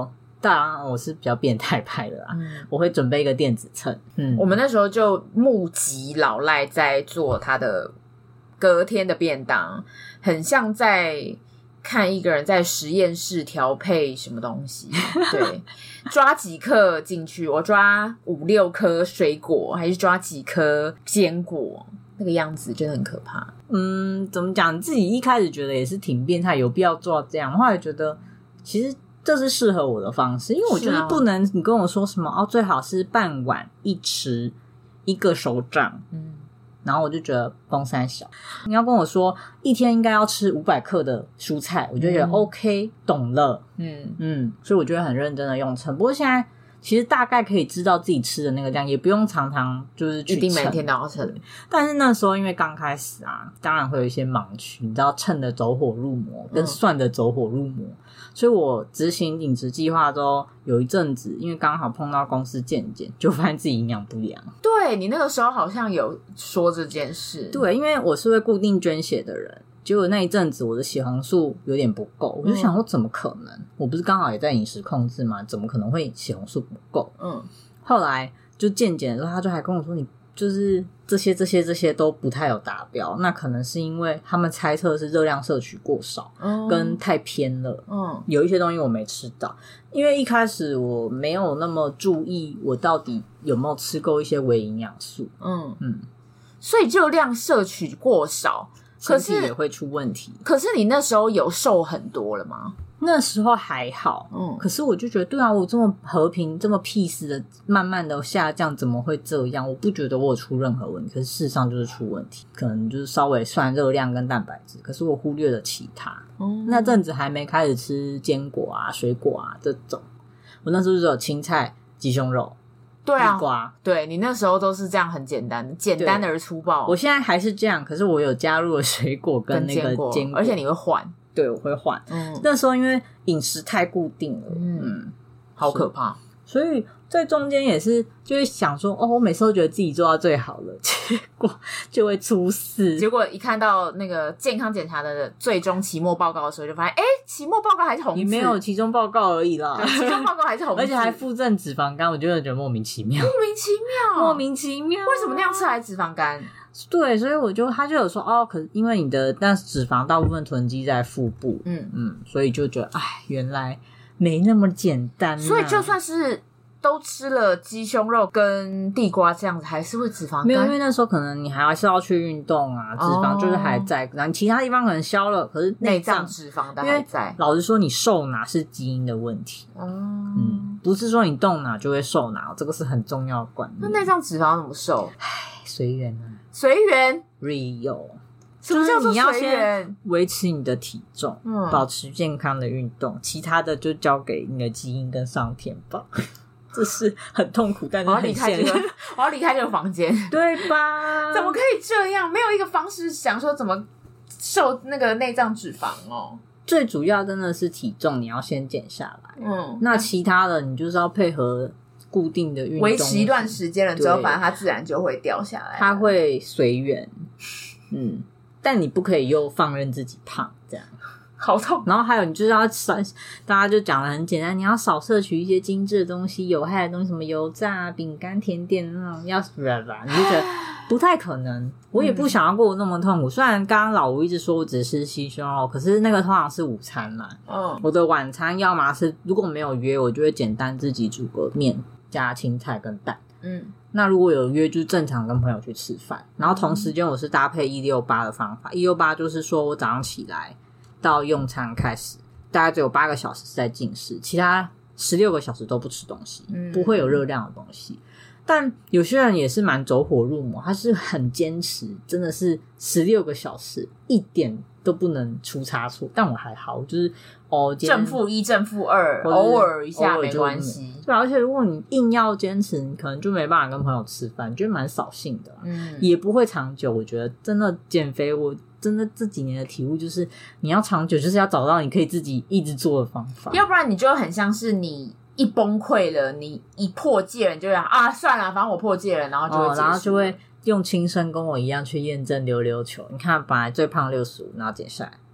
当然我是比较变态派的啦，嗯、我会准备一个电子秤。嗯， 我们那时候就目击老赖在做他的隔天的便当，很像在看一个人在实验室调配什么东西。对，抓几克进去，我抓五六颗水果，还是抓几颗坚果，那个样子真的很可怕。 嗯，怎么讲？自己一开始觉得也是挺变态，有必要做到这样。后来觉得其实这是适合我的方式，因为我觉得不能你跟我说什么、啊、哦，最好是半碗一匙一个手掌，嗯。然后我就觉得公三小，你要跟我说一天应该要吃五百克的蔬菜，我就觉得 OK、嗯、懂了，嗯嗯，所以我觉得很认真的用称。不过现在其实大概可以知道自己吃的那个量，也不用常常就是去称， 一定每天都要称。 但是那时候因为刚开始啊，当然会有一些盲区，你知道称的走火入魔跟算的走火入魔、嗯、所以我执行饮食计划之后有一阵子，因为刚好碰到公司健检，就发现自己营养不良。 对，你那个时候好像有说这件事。 对，因为我是会固定捐血的人，结果那一阵子我的血红素有点不够，我就想说怎么可能、嗯、我不是刚好也在饮食控制吗？怎么可能会血红素不够？嗯，后来就健检的时候他就还跟我说，你就是这些这些这些都不太有达标，那可能是因为他们猜测是热量摄取过少、嗯、跟太偏了。嗯，有一些东西我没吃到，因为一开始我没有那么注意我到底有没有吃够一些微营养素。嗯嗯， 所以热量摄取过少身体也会出问题。 可是你那时候有瘦很多了吗？ 那时候还好，嗯，可是我就觉得对啊，我这么和平这么 peace 的慢慢的下降，怎么会这样？我不觉得我有出任何问题，可是事实上就是出问题，可能就是稍微算热量跟蛋白质，可是我忽略了其他。嗯，那阵子还没开始吃坚果啊水果啊这种，我那时候就有青菜鸡胸肉对啊， 地瓜， 对，你那时候都是这样很简单的，简单而粗暴。 我现在还是这样，可是我有加入了水果跟那个坚果， 坚果而且你会换。 对，我会换。嗯，那时候因为饮食太固定了，嗯， 好可怕。 所以在中间也是就会想说，哦，我每次都觉得自己做到最好了，结果就会出事。 结果一看到那个健康检查的最终期末报告的时候，就发现，哎，期末报告还是红字。 你没有期中报告而已啦， 期中报告还是红字， 而且还附赠脂肪肝，我就觉得莫名其妙， 莫名其妙， 莫名其妙。 为什么那样吃还脂肪肝？ 对，所以我就他就有说哦，可是因为你的但脂肪大部分囤积在腹部，嗯嗯，所以就觉得哎，原来没那么简单、啊。 所以就算是都吃了鸡胸肉跟地瓜这样子，还是会脂肪肝？ 没有，因为那时候可能你还是要去运动啊，脂肪就是还在，然后、哦、其他地方可能消了，可是内脏脂肪的还在。 老实说，你瘦哪是基因的问题，哦、嗯，不是说你动哪就会瘦哪，这个是很重要的观念。 那内脏脂肪怎么瘦？ 唉，随缘啊。 随缘 real 什么叫做随缘？ 你要先维持你的体重、嗯、保持健康的运动，其他的就交给你的基因跟上天吧。这是很痛苦但是很现实。 我要离开这个房间， 对吧？ 怎么可以这样？没有一个方式想说怎么瘦那个内脏脂肪哦。 最主要真的是体重你要先减下来，嗯，那其他的你就是要配合固定的运动， 维持一段时间了之后，反正它自然就会掉下来， 它会随缘。嗯，但你不可以又放任自己胖，这样好痛。 然后还有你就是要少，大家就讲得很简单，你要少摄取一些精致的东西，有害的东西，什么油炸、饼干、甜点那种，要你就觉得不太可能。我也不想要过那么痛苦。虽然刚刚老吴一直说我只吃鸡胸肉，可是那个通常是午餐嘛。嗯，我的晚餐要么是如果没有约，我就会简单自己煮个面。加青菜跟蛋，嗯，那如果有约就正常跟朋友去吃饭，然后同时间我是搭配一六八的方法，一六八就是说我早上起来到用餐开始，大概只有八个小时是在进食，其他十六个小时都不吃东西，嗯，不会有热量的东西。但有些人也是蛮走火入魔，他是很坚持，真的是十六个小时一点都不能出差错。但我还好，就是哦， 正负一正负二，偶尔一下没关系。 对，而且如果你硬要坚持，你可能就没办法跟朋友吃饭，觉得蛮扫兴的，嗯，也不会长久。我觉得真的减肥，我真的这几年的体悟就是，你要长久，就是要找到你可以自己一直做的方法， 要不然你就很像是你一崩溃了，你一破戒了，你就想啊，算了，反正我破戒了，然后就会结束、 哦、然后就会用亲身跟我一样去验证溜溜球。你看，本来最胖六十五，然后减下来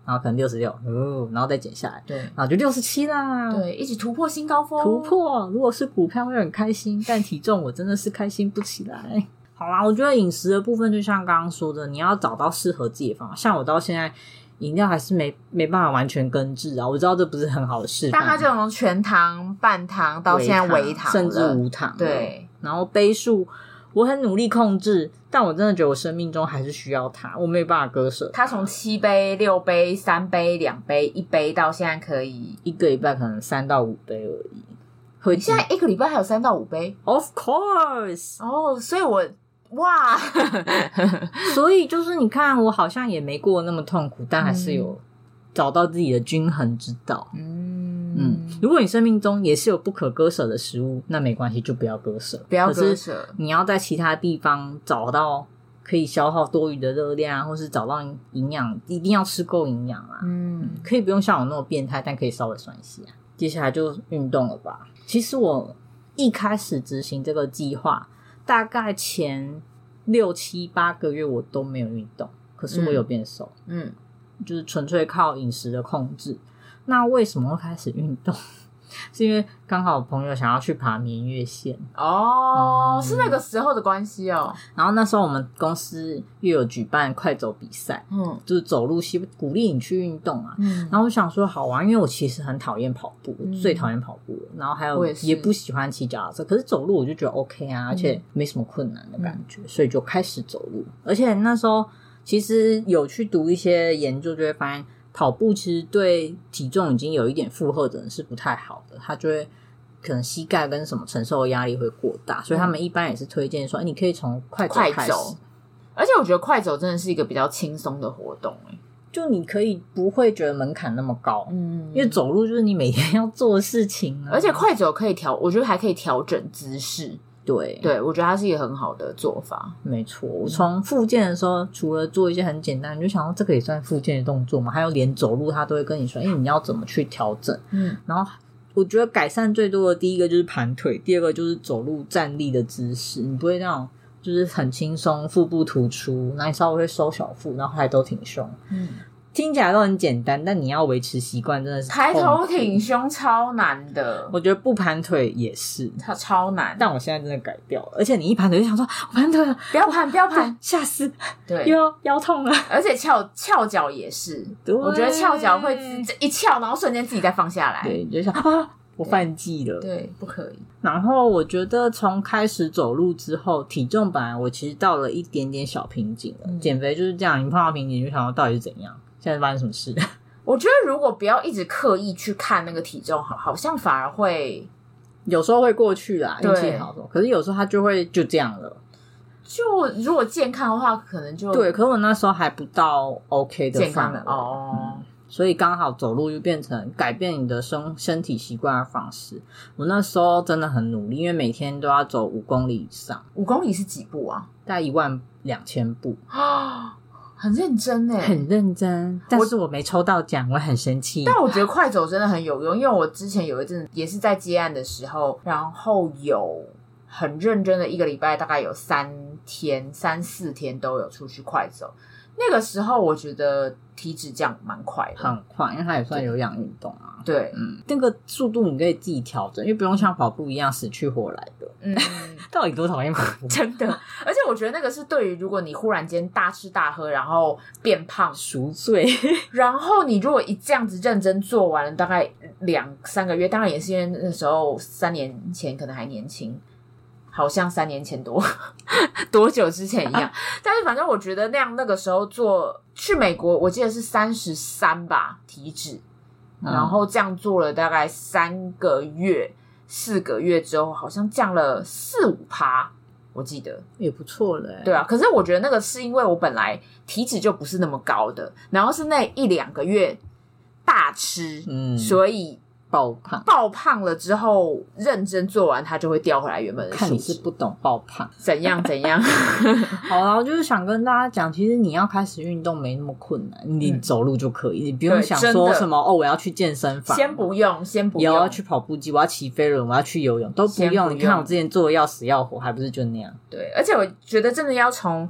然后可能六十六，哦，然后再减下来， 对， 然后就六十七啦， 对，一直突破新高峰， 突破。如果是股票会很开心，但体重我真的是开心不起来。好啦，我觉得饮食的部分就像刚刚说的，你要找到适合自己的方法。像我到现在饮料还是没没办法完全根治啊，我知道这不是很好的示范， 但它就从全糖、半糖到现在微糖， 甚至无糖， 对。 然后杯数我很努力控制，但我真的觉得我生命中还是需要它，我没有办法割舍它。 它从七杯、六杯、三杯、两杯、一杯到现在可以一个礼拜可能三到五杯而已。会你现在一个礼拜还有三到五杯 ？Of course。 哦，所以我哇， 所以就是你看，我好像也没过那么痛苦，但还是有找到自己的均衡之道。嗯嗯，如果你生命中也是有不可割舍的食物，那没关系，就不要割舍， 不要割舍。 你要在其他地方找到可以消耗多余的热量，或是找到营养，一定要吃够营养啊。嗯，可以不用像我那么变态，但可以稍微算一下。接下来就运动了吧。其实我一开始执行这个计划，大概前六七八个月我都没有运动，可是我有变瘦。嗯。嗯，就是纯粹靠饮食的控制。那为什么会开始运动？是因为刚好朋友想要去爬绵月线哦、嗯，是那个时候的关系哦。 然后那时候我们公司又有举办快走比赛，嗯，就是走路希鼓励你去运动啊。嗯，然后我想说好玩，因为我其实很讨厌跑步，嗯、最讨厌跑步了。然后还有 也, 也不喜欢骑脚踏车，可是走路我就觉得 OK 啊，而且没什么困难的感觉，嗯、所以就开始走路。而且那时候其实有去读一些研究，就会发现跑步其实对体重已经有一点负荷的人是不太好的，他就会可能膝盖跟什么承受的压力会过大，所以他们一般也是推荐说、欸、你可以从快走开始。快走， 而且我觉得快走真的是一个比较轻松的活动、欸、 就你可以不会觉得门槛那么高，嗯，因为走路就是你每天要做的事情、啊、 而且快走可以调，我觉得还可以调整姿势。对对，我觉得它是一个很好的做法。 没错，我从复健的时候，除了做一些很简单，你就想到这个也算复健的动作嘛？还有连走路，他都会跟你说，哎、欸，你要怎么去调整？嗯，然后我觉得改善最多的第一个就是盘腿，第二个就是走路站立的姿势，你不会那种就是很轻松，腹部突出，然后你稍微会收小腹，然后还都挺胸。嗯。听起来都很简单，但你要维持习惯真的是抬头挺胸超难的。 我觉得不盘腿也是， 它超难。 但我现在真的改掉了，而且你一盘腿就想说我盘腿了， 不要盘不要盘， 吓死， 对， 又要腰痛了。 而且翘翘脚也是，我觉得翘脚会一翘，然后瞬间自己再放下来， 对，你就想啊，我犯忌了， 对，不可以。 然后我觉得从开始走路之后，体重本来我其实到了一点点小瓶颈了、嗯、减肥就是这样，你碰到瓶颈就想说到底是怎样，现在发生什么事？ 我觉得如果不要一直刻意去看那个体重，好好像反而会有时候会过去啦，运气好，可是有时候它就会就这样了。 就如果健康的话，可能就对。可是我那时候还不到 OK 的健康的哦、 嗯，所以刚好走路就变成改变你的身身体习惯的方式。我那时候真的很努力，因为每天都要走五公里以上。 五公里是几步啊？ 大概一万两千步啊。很认真耶， 很认真，但是我没抽到奖，我很生气。 但我觉得快走真的很有用，因为我之前有一阵也是在接案的时候，然后有很认真的一个礼拜，大概有三天、三四天都有出去快走。那个时候我觉得体脂降蛮快的， 很快，因为它也算有氧运动啊。 对， 嗯，那个速度你可以自己调整，因为不用像跑步一样死去活来的。嗯，到底多讨厌跑步？ 真的，而且我觉得那个是对于如果你忽然间大吃大喝，然后变胖赎罪， 然后你如果一这样子认真做完了大概两三个月，当然也是因为那时候三年前可能还年轻。好像三年前多多久之前一样，但是反正我觉得那样那个时候做去美国，我记得是三十三吧体脂、嗯，然后这样做了大概三个月、四个月之后，好像降了四五趴，我记得也不错了、欸。 对啊，可是我觉得那个是因为我本来体脂就不是那么高的，然后是那一两个月大吃，嗯，所以。 爆胖爆胖了之后认真做完它就会掉回来原本的数值。 看你是不懂爆胖怎样怎样好啦，我就是想跟大家讲，其实你要开始运动没那么困难，你走路就可以、嗯、你不用想说什么哦我要去健身房， 先不用先不用， 也要去跑步机，我要骑飞轮，我要去游泳，都不用。你看我之前做的要死要活，还不是就那样。 对，而且我觉得真的要从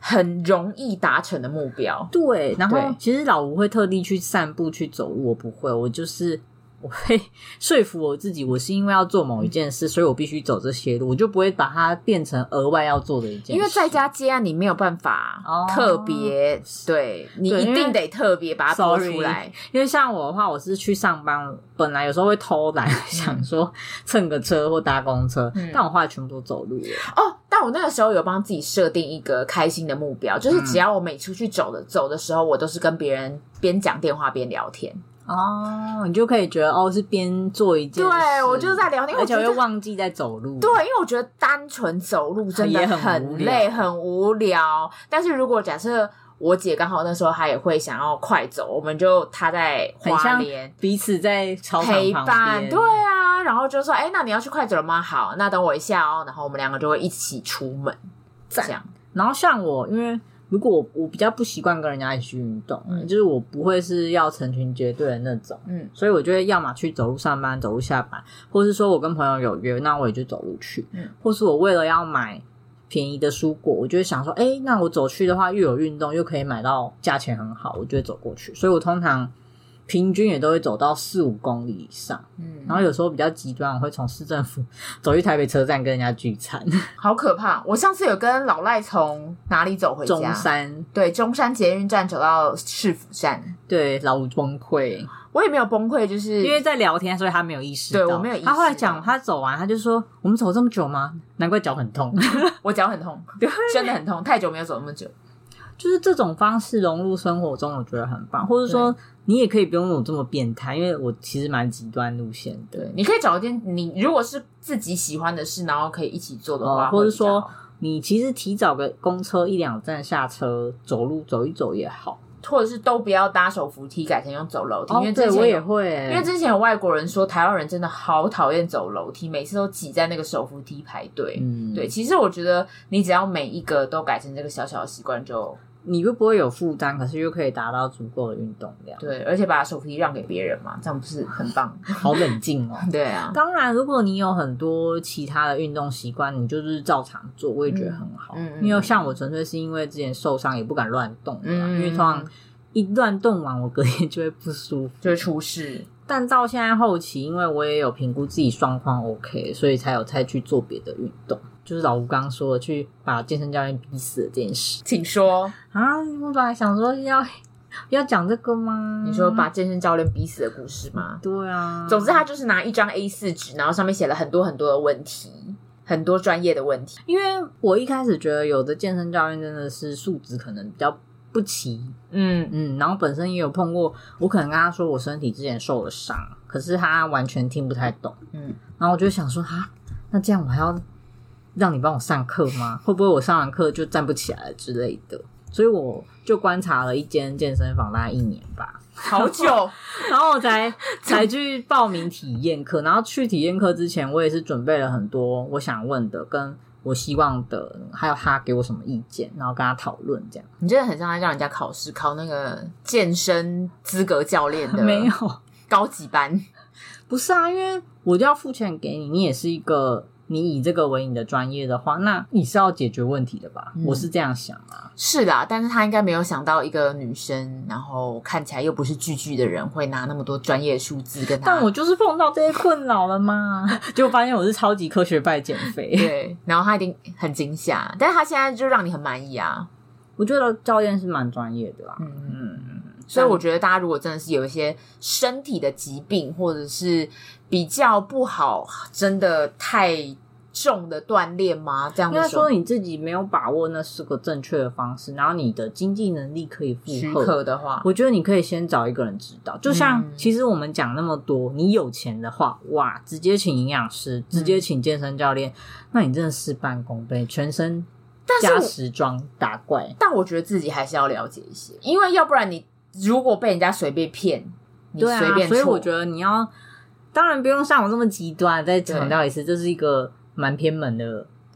很容易达成的目标。 对，然后对其实老吴会特地去散步去走路，我不会，我就是我会说服我自己，我是因为要做某一件事，所以我必须走这些路，我就不会把它变成额外要做的一件事。 因为在家接案，你没有办法特别、哦、对你一定得特别把它播出来。 因为像我的话，我是去上班，本来有时候会偷懒、嗯、想说蹭个车或搭公车、嗯、但我后来全部都走路了。 哦，但我那个时候有帮自己设定一个开心的目标，就是只要我每出去走的、嗯、走的时候，我都是跟别人边讲电话边聊天。 哦，你就可以觉得哦是边做一件事， 对，我就是在聊天， 而且会忘记在走路。 对，因为我觉得单纯走路真的很累很无聊。但是如果假设我姐刚好那时候她也会想要快走，我们就她在花莲彼此在操场陪伴，对啊，然后就说哎、欸，那你要去快走了吗？好，那等我一下哦，然后我们两个就会一起出门这样。 然后像我因为如果 我, 我比较不习惯跟人家一起去运动、嗯、就是我不会是要成群结队的那种，嗯，所以我就会要么去走路上班走路下班，或是说我跟朋友有约，那我也就走路去，嗯，或是我为了要买便宜的蔬果，我就会想说诶那我走去的话又有运动又可以买到价钱很好，我就会走过去，所以我通常平均也都会走到四五公里以上，嗯，然后有时候比较极端，我会从市政府走去台北车站跟人家聚餐， 好可怕！我上次有跟老赖从哪里走回家？ 中山， 对，中山捷运站走到市府站， 对，老吴崩溃。 我也没有崩溃，就是因为在聊天，所以他没有意识到。 对，我没有意识到。 他后来讲，他走完，他就说：“我们走这么久吗？难怪脚很痛。” 我脚很痛，真的很痛，太久没有走那么久。 就是这种方式融入生活中，我觉得很棒。或者说，你也可以不用有这么变态，因为我其实蛮极端路线的。 对，你可以找一件你如果是自己喜欢的事，然后可以一起做的话， 哦、或者说你其实提早个公车一两站下车，走路走一走也好。 或者是都不要搭手扶梯，改成用走楼梯。 哦、 因为之前对我也会、欸， 因为之前有外国人说台湾人真的好讨厌走楼梯，每次都挤在那个手扶梯排队。嗯，对，其实我觉得你只要每一个都改成这个小小的习惯，就你又不会有负担，可是又可以达到足够的运动量。 对，而且把手扶梯让给别人嘛，这样不是很棒？ 好冷静哦。 对啊， 当然，如果你有很多其他的运动习惯，你就是照常做，我也觉得很好。嗯嗯、因为像我纯粹是因为之前受伤，也不敢乱动嘛、嗯，因为通常一乱动完，我隔天就会不舒服， 就会出事。 但到现在后期，因为我也有评估自己状况 OK， 所以才有再去做别的运动。就是老吴刚刚说的，去把健身教练逼死的这件事。 请说啊！我本来想说要要讲这个吗？ 你说把健身教练逼死的故事吗？ 对啊。 总之，他就是拿一张 A 四 纸，然后上面写了很多很多的问题，很多专业的问题。 因为我一开始觉得有的健身教练真的是素质可能比较不齐，嗯嗯，然后本身也有碰过，我可能跟他说我身体之前受了伤，可是他完全听不太懂，嗯，然后我就想说哈，那这样我还要让你帮我上课吗？会不会我上完课就站不起来了之类的？所以我就观察了一间健身房大概一年吧， 好久， 然后我才才去报名体验课。然后去体验课之前，我也是准备了很多我想问的跟我希望的，还有他给我什么意见，然后跟他讨论这样。 你真的很像在让人家考试，考那个健身资格教练的没有高级班。 不是啊，因为我就要付钱给你，你也是一个你以这个为你的专业的话，那你是要解决问题的吧、嗯、我是这样想啊。 是啦，但是他应该没有想到一个女生，然后看起来又不是巨巨的人会拿那么多专业数字跟他。 但我就是碰到这些困扰了嘛，结果发现我是超级科学派减肥。 对，然后他一定很惊吓，但是他现在就让你很满意啊。 我觉得教练是蛮专业的啦。嗯嗯，所以我觉得大家如果真的是有一些身体的疾病，或者是比较不好，真的太重的锻炼吗？这样的应该说你自己没有把握那是个正确的方式，然后你的经济能力可以负荷许可的话， 我觉得你可以先找一个人指导。就像、嗯、其实我们讲那么多，你有钱的话，哇，直接请营养师，直接请健身教练、嗯、那你真的事半功倍，全身加时装打怪。 但我觉得自己还是要了解一些，因为要不然你如果被人家随便骗，你随便错、 啊、所以我觉得你要当然不用像我这么极端，再强调一次，这是一个蛮偏门的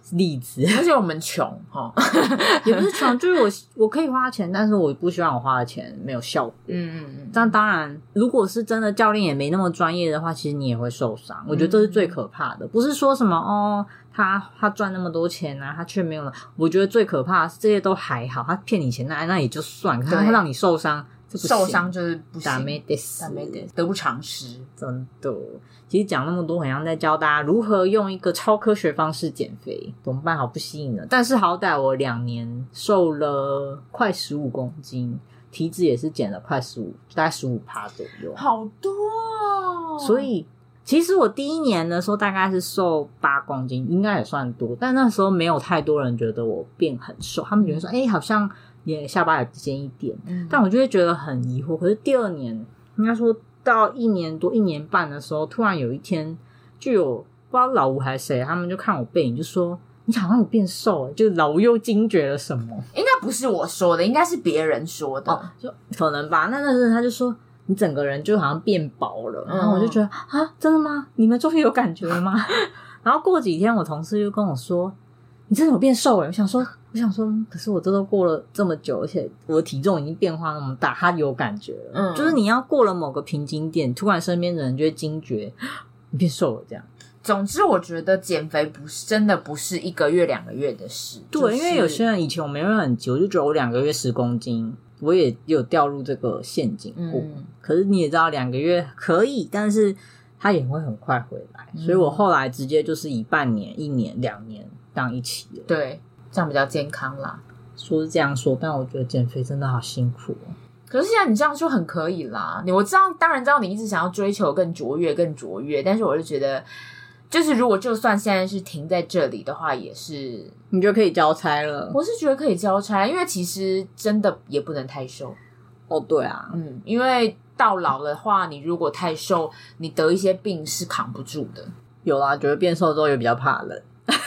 例子。 而且我们穷齁也不是穷，就是我我可以花钱，但是我不希望我花的钱没有效果。 嗯嗯嗯。 但当然，如果是真的教练也没那么专业的话，其实你也会受伤。我觉得这是最可怕的，不是说什么哦，他他赚那么多钱啊，他却没有了。我觉得最可怕的是这些都还好，他骗你钱那那也就算，可是他会让你受伤。 受伤就是不行， ダメです， ダメです，得不偿失。 真的，其实讲那么多，好像在教大家如何用一个超科学方式减肥，怎么办？好不吸引人。但是好歹我两年瘦了快十五公斤，体脂也是减了快十五，大概十五趴左右， 好多哦。 所以其实我第一年的时候大概是瘦八公斤，应该也算多，但那时候没有太多人觉得我变很瘦，他们觉得说，哎、欸，好像。也下巴也尖一点、嗯、但我就会觉得很疑惑。可是第二年应该说到一年多一年半的时候，突然有一天就有不知道老吴还是谁，他们就看我背影就说你好像有变瘦，就老吴又惊觉了什么。 应该不是我说的，应该是别人说的、 哦、就可能吧。那那时候他就说你整个人就好像变薄了、嗯、然后我就觉得啊，真的吗？你们终于有感觉了吗？然后过几天我同事就跟我说你真的有变瘦耶。我想说我想说可是我这都过了这么久，而且我的体重已经变化那么大，他有感觉了、嗯、就是你要过了某个瓶颈点，突然身边的人就会惊觉你变瘦了这样。 总之我觉得减肥不是真的不是一个月两个月的事。 对、 就是、 因为有些人以前我没有很急，我就觉得我两个月十公斤我也有掉入这个陷阱过、嗯、可是你也知道两个月可以，但是它也会很快回来、嗯、所以我后来直接就是以半年一年两年当一起了。 对，这样比较健康啦。 说是这样说，但我觉得减肥真的好辛苦哦。 可是现在你这样就很可以啦。我知道，当然知道你一直想要追求更卓越更卓越，但是我就觉得就是如果就算现在是停在这里的话，也是你就可以交差了。 我是觉得可以交差，因为其实真的也不能太瘦。 哦对啊， 嗯，因为到老的话你如果太瘦，你得一些病是扛不住的。 有啦，觉得变瘦之后也比较怕冷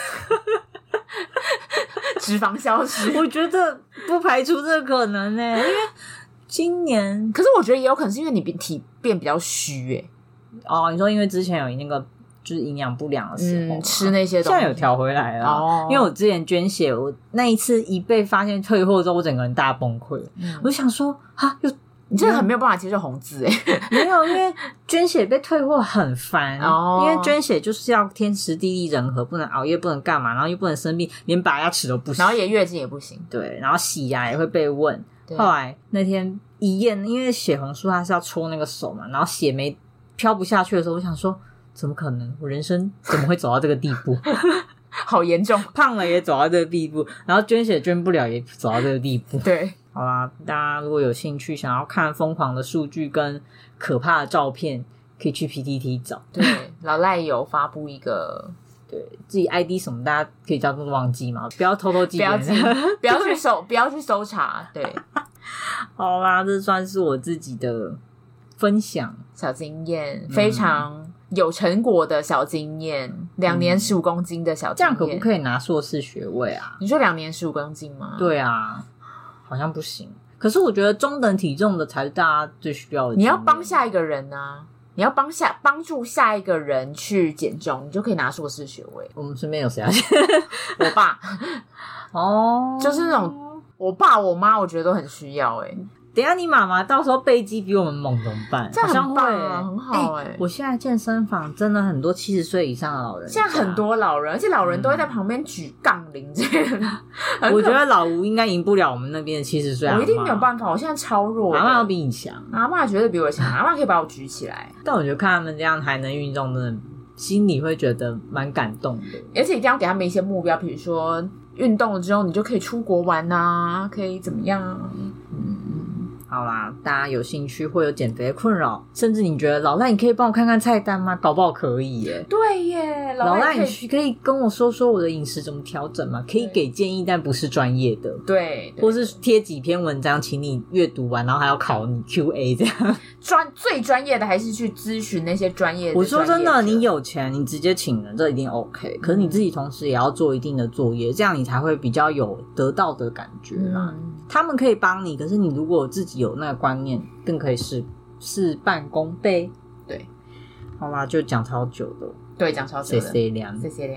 脂肪消失。 我觉得不排除这个可能耶、欸、因为今年可是我觉得也有可能是因为你体变比较虚耶、 欸、哦，你说因为之前有那个就是营养不良的时候、嗯、 吃那些东西， 现在有调回来了、哦、因为我之前捐血，我那一次一被发现退货之后我整个人大崩溃、嗯、我就想说哈又你真的很没有办法接受红字欸。 没有，因为捐血被退货很烦、哦、因为捐血就是要天时地利人和，不能熬夜不能干嘛，然后又不能生病，连拔牙齿都不行， 然后也月经也不行。 对，然后洗牙也会被问。后来那天一验，因为血红素它是要戳那个手嘛，然后血没飘不下去的时候，我想说怎么可能，我人生怎么会走到这个地步好严重， 胖了也走到这个地步，然后捐血捐不了也走到这个地步。 对， 好啦，大家如果有兴趣想要看疯狂的数据跟可怕的照片，可以去 P T T 找。 对，老赖有发布一个对自己 I D 什么大家可以叫做忘记嘛，不要偷偷记， 不要记不要去搜不要去搜查。对好啦，这算是我自己的分享小经验、嗯、非常有成果的小经验，两年十五公斤的小经验、嗯、这样可不可以拿硕士学位啊？ 你说两年十五公斤吗？ 对啊，好像不行。可是我觉得中等体重的才是大家最需要的。 你要帮下一个人啊，你要帮下帮助下一个人去减重，你就可以拿硕士学位。 我们身边有谁要减？ 我爸哦， 就是那种我爸我妈，我觉得都很需要欸。 等一下你妈妈到时候背肌比我们猛怎么办？ 这样很棒啊， 很好欸。 欸我现在健身房真的很多七十岁以上的老人， 现在很多老人，而且老人都会在旁边举杠铃这样、嗯、 我觉得老吴应该赢不了我们那边的七十岁阿嬷， 我一定没有办法，我现在超弱的， 阿嬷要比你强， 阿嬷绝对比我强，阿嬷可以把我举起来。 但我觉得看他们这样还能运动，真的心里会觉得蛮感动的。 而且一定要给他们一些目标，比如说运动了之后你就可以出国玩啊，可以怎么样啊。嗯， 好啦，大家有兴趣会有减肥的困扰，甚至你觉得老赖你可以帮我看看菜单吗？搞不好可以耶。 对耶， 老赖你可以跟我说说我的饮食怎么调整吗？可以给建议，但不是专业的。 对， 或是贴几篇文章请你阅读完，然后还要考你 Q A 这样。 专最专业的还是去咨询那些专业的。 我说真的，你有钱你直接请人这一定 OK， 可是你自己同时也要做一定的作业，这样你才会比较有得到的感觉啦、嗯、他们可以帮你，可是你如果自己有那个观念更可以事事半功倍。 对， 好啦，就讲超久的。 对，讲超久的。 谢谢亮， 谢谢亮。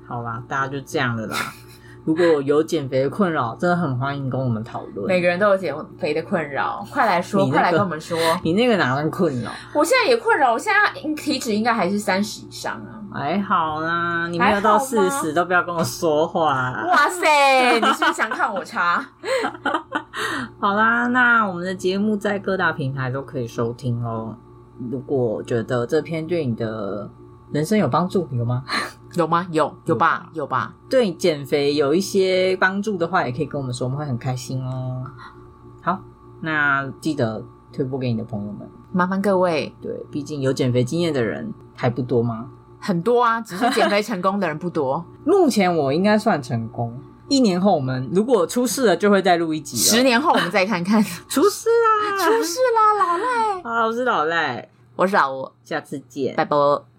好啦，大家就这样了啦。如果有减肥的困扰，真的很欢迎跟我们讨论。 每个人都有减肥的困扰，快来说， 那个、 快来跟我们说。 你那个哪算困扰？ 我现在也困扰，我现在体脂应该还是三十以上啊。 还好啦，你没有到四十都不要跟我说话。 哇塞，你是不是想看我差？ 好啦，那我们的节目在各大平台都可以收听哦。如果觉得这篇对你的人生有帮助，有吗？ 有吗？有有吧，有吧。 对减肥有一些帮助的话，也可以跟我们说，我们会很开心哦。好，那记得推播给你的朋友们， 麻烦各位。 对，毕竟有减肥经验的人还不多吗？ 很多啊，只是减肥成功的人不多。 目前我应该算成功，一年后我们如果出事了，就会再录一集了。 十年后我们再看看。 出事啦！ 出事啦，老赖。 好，我是老赖， 我是老吴， 下次见， 拜拜。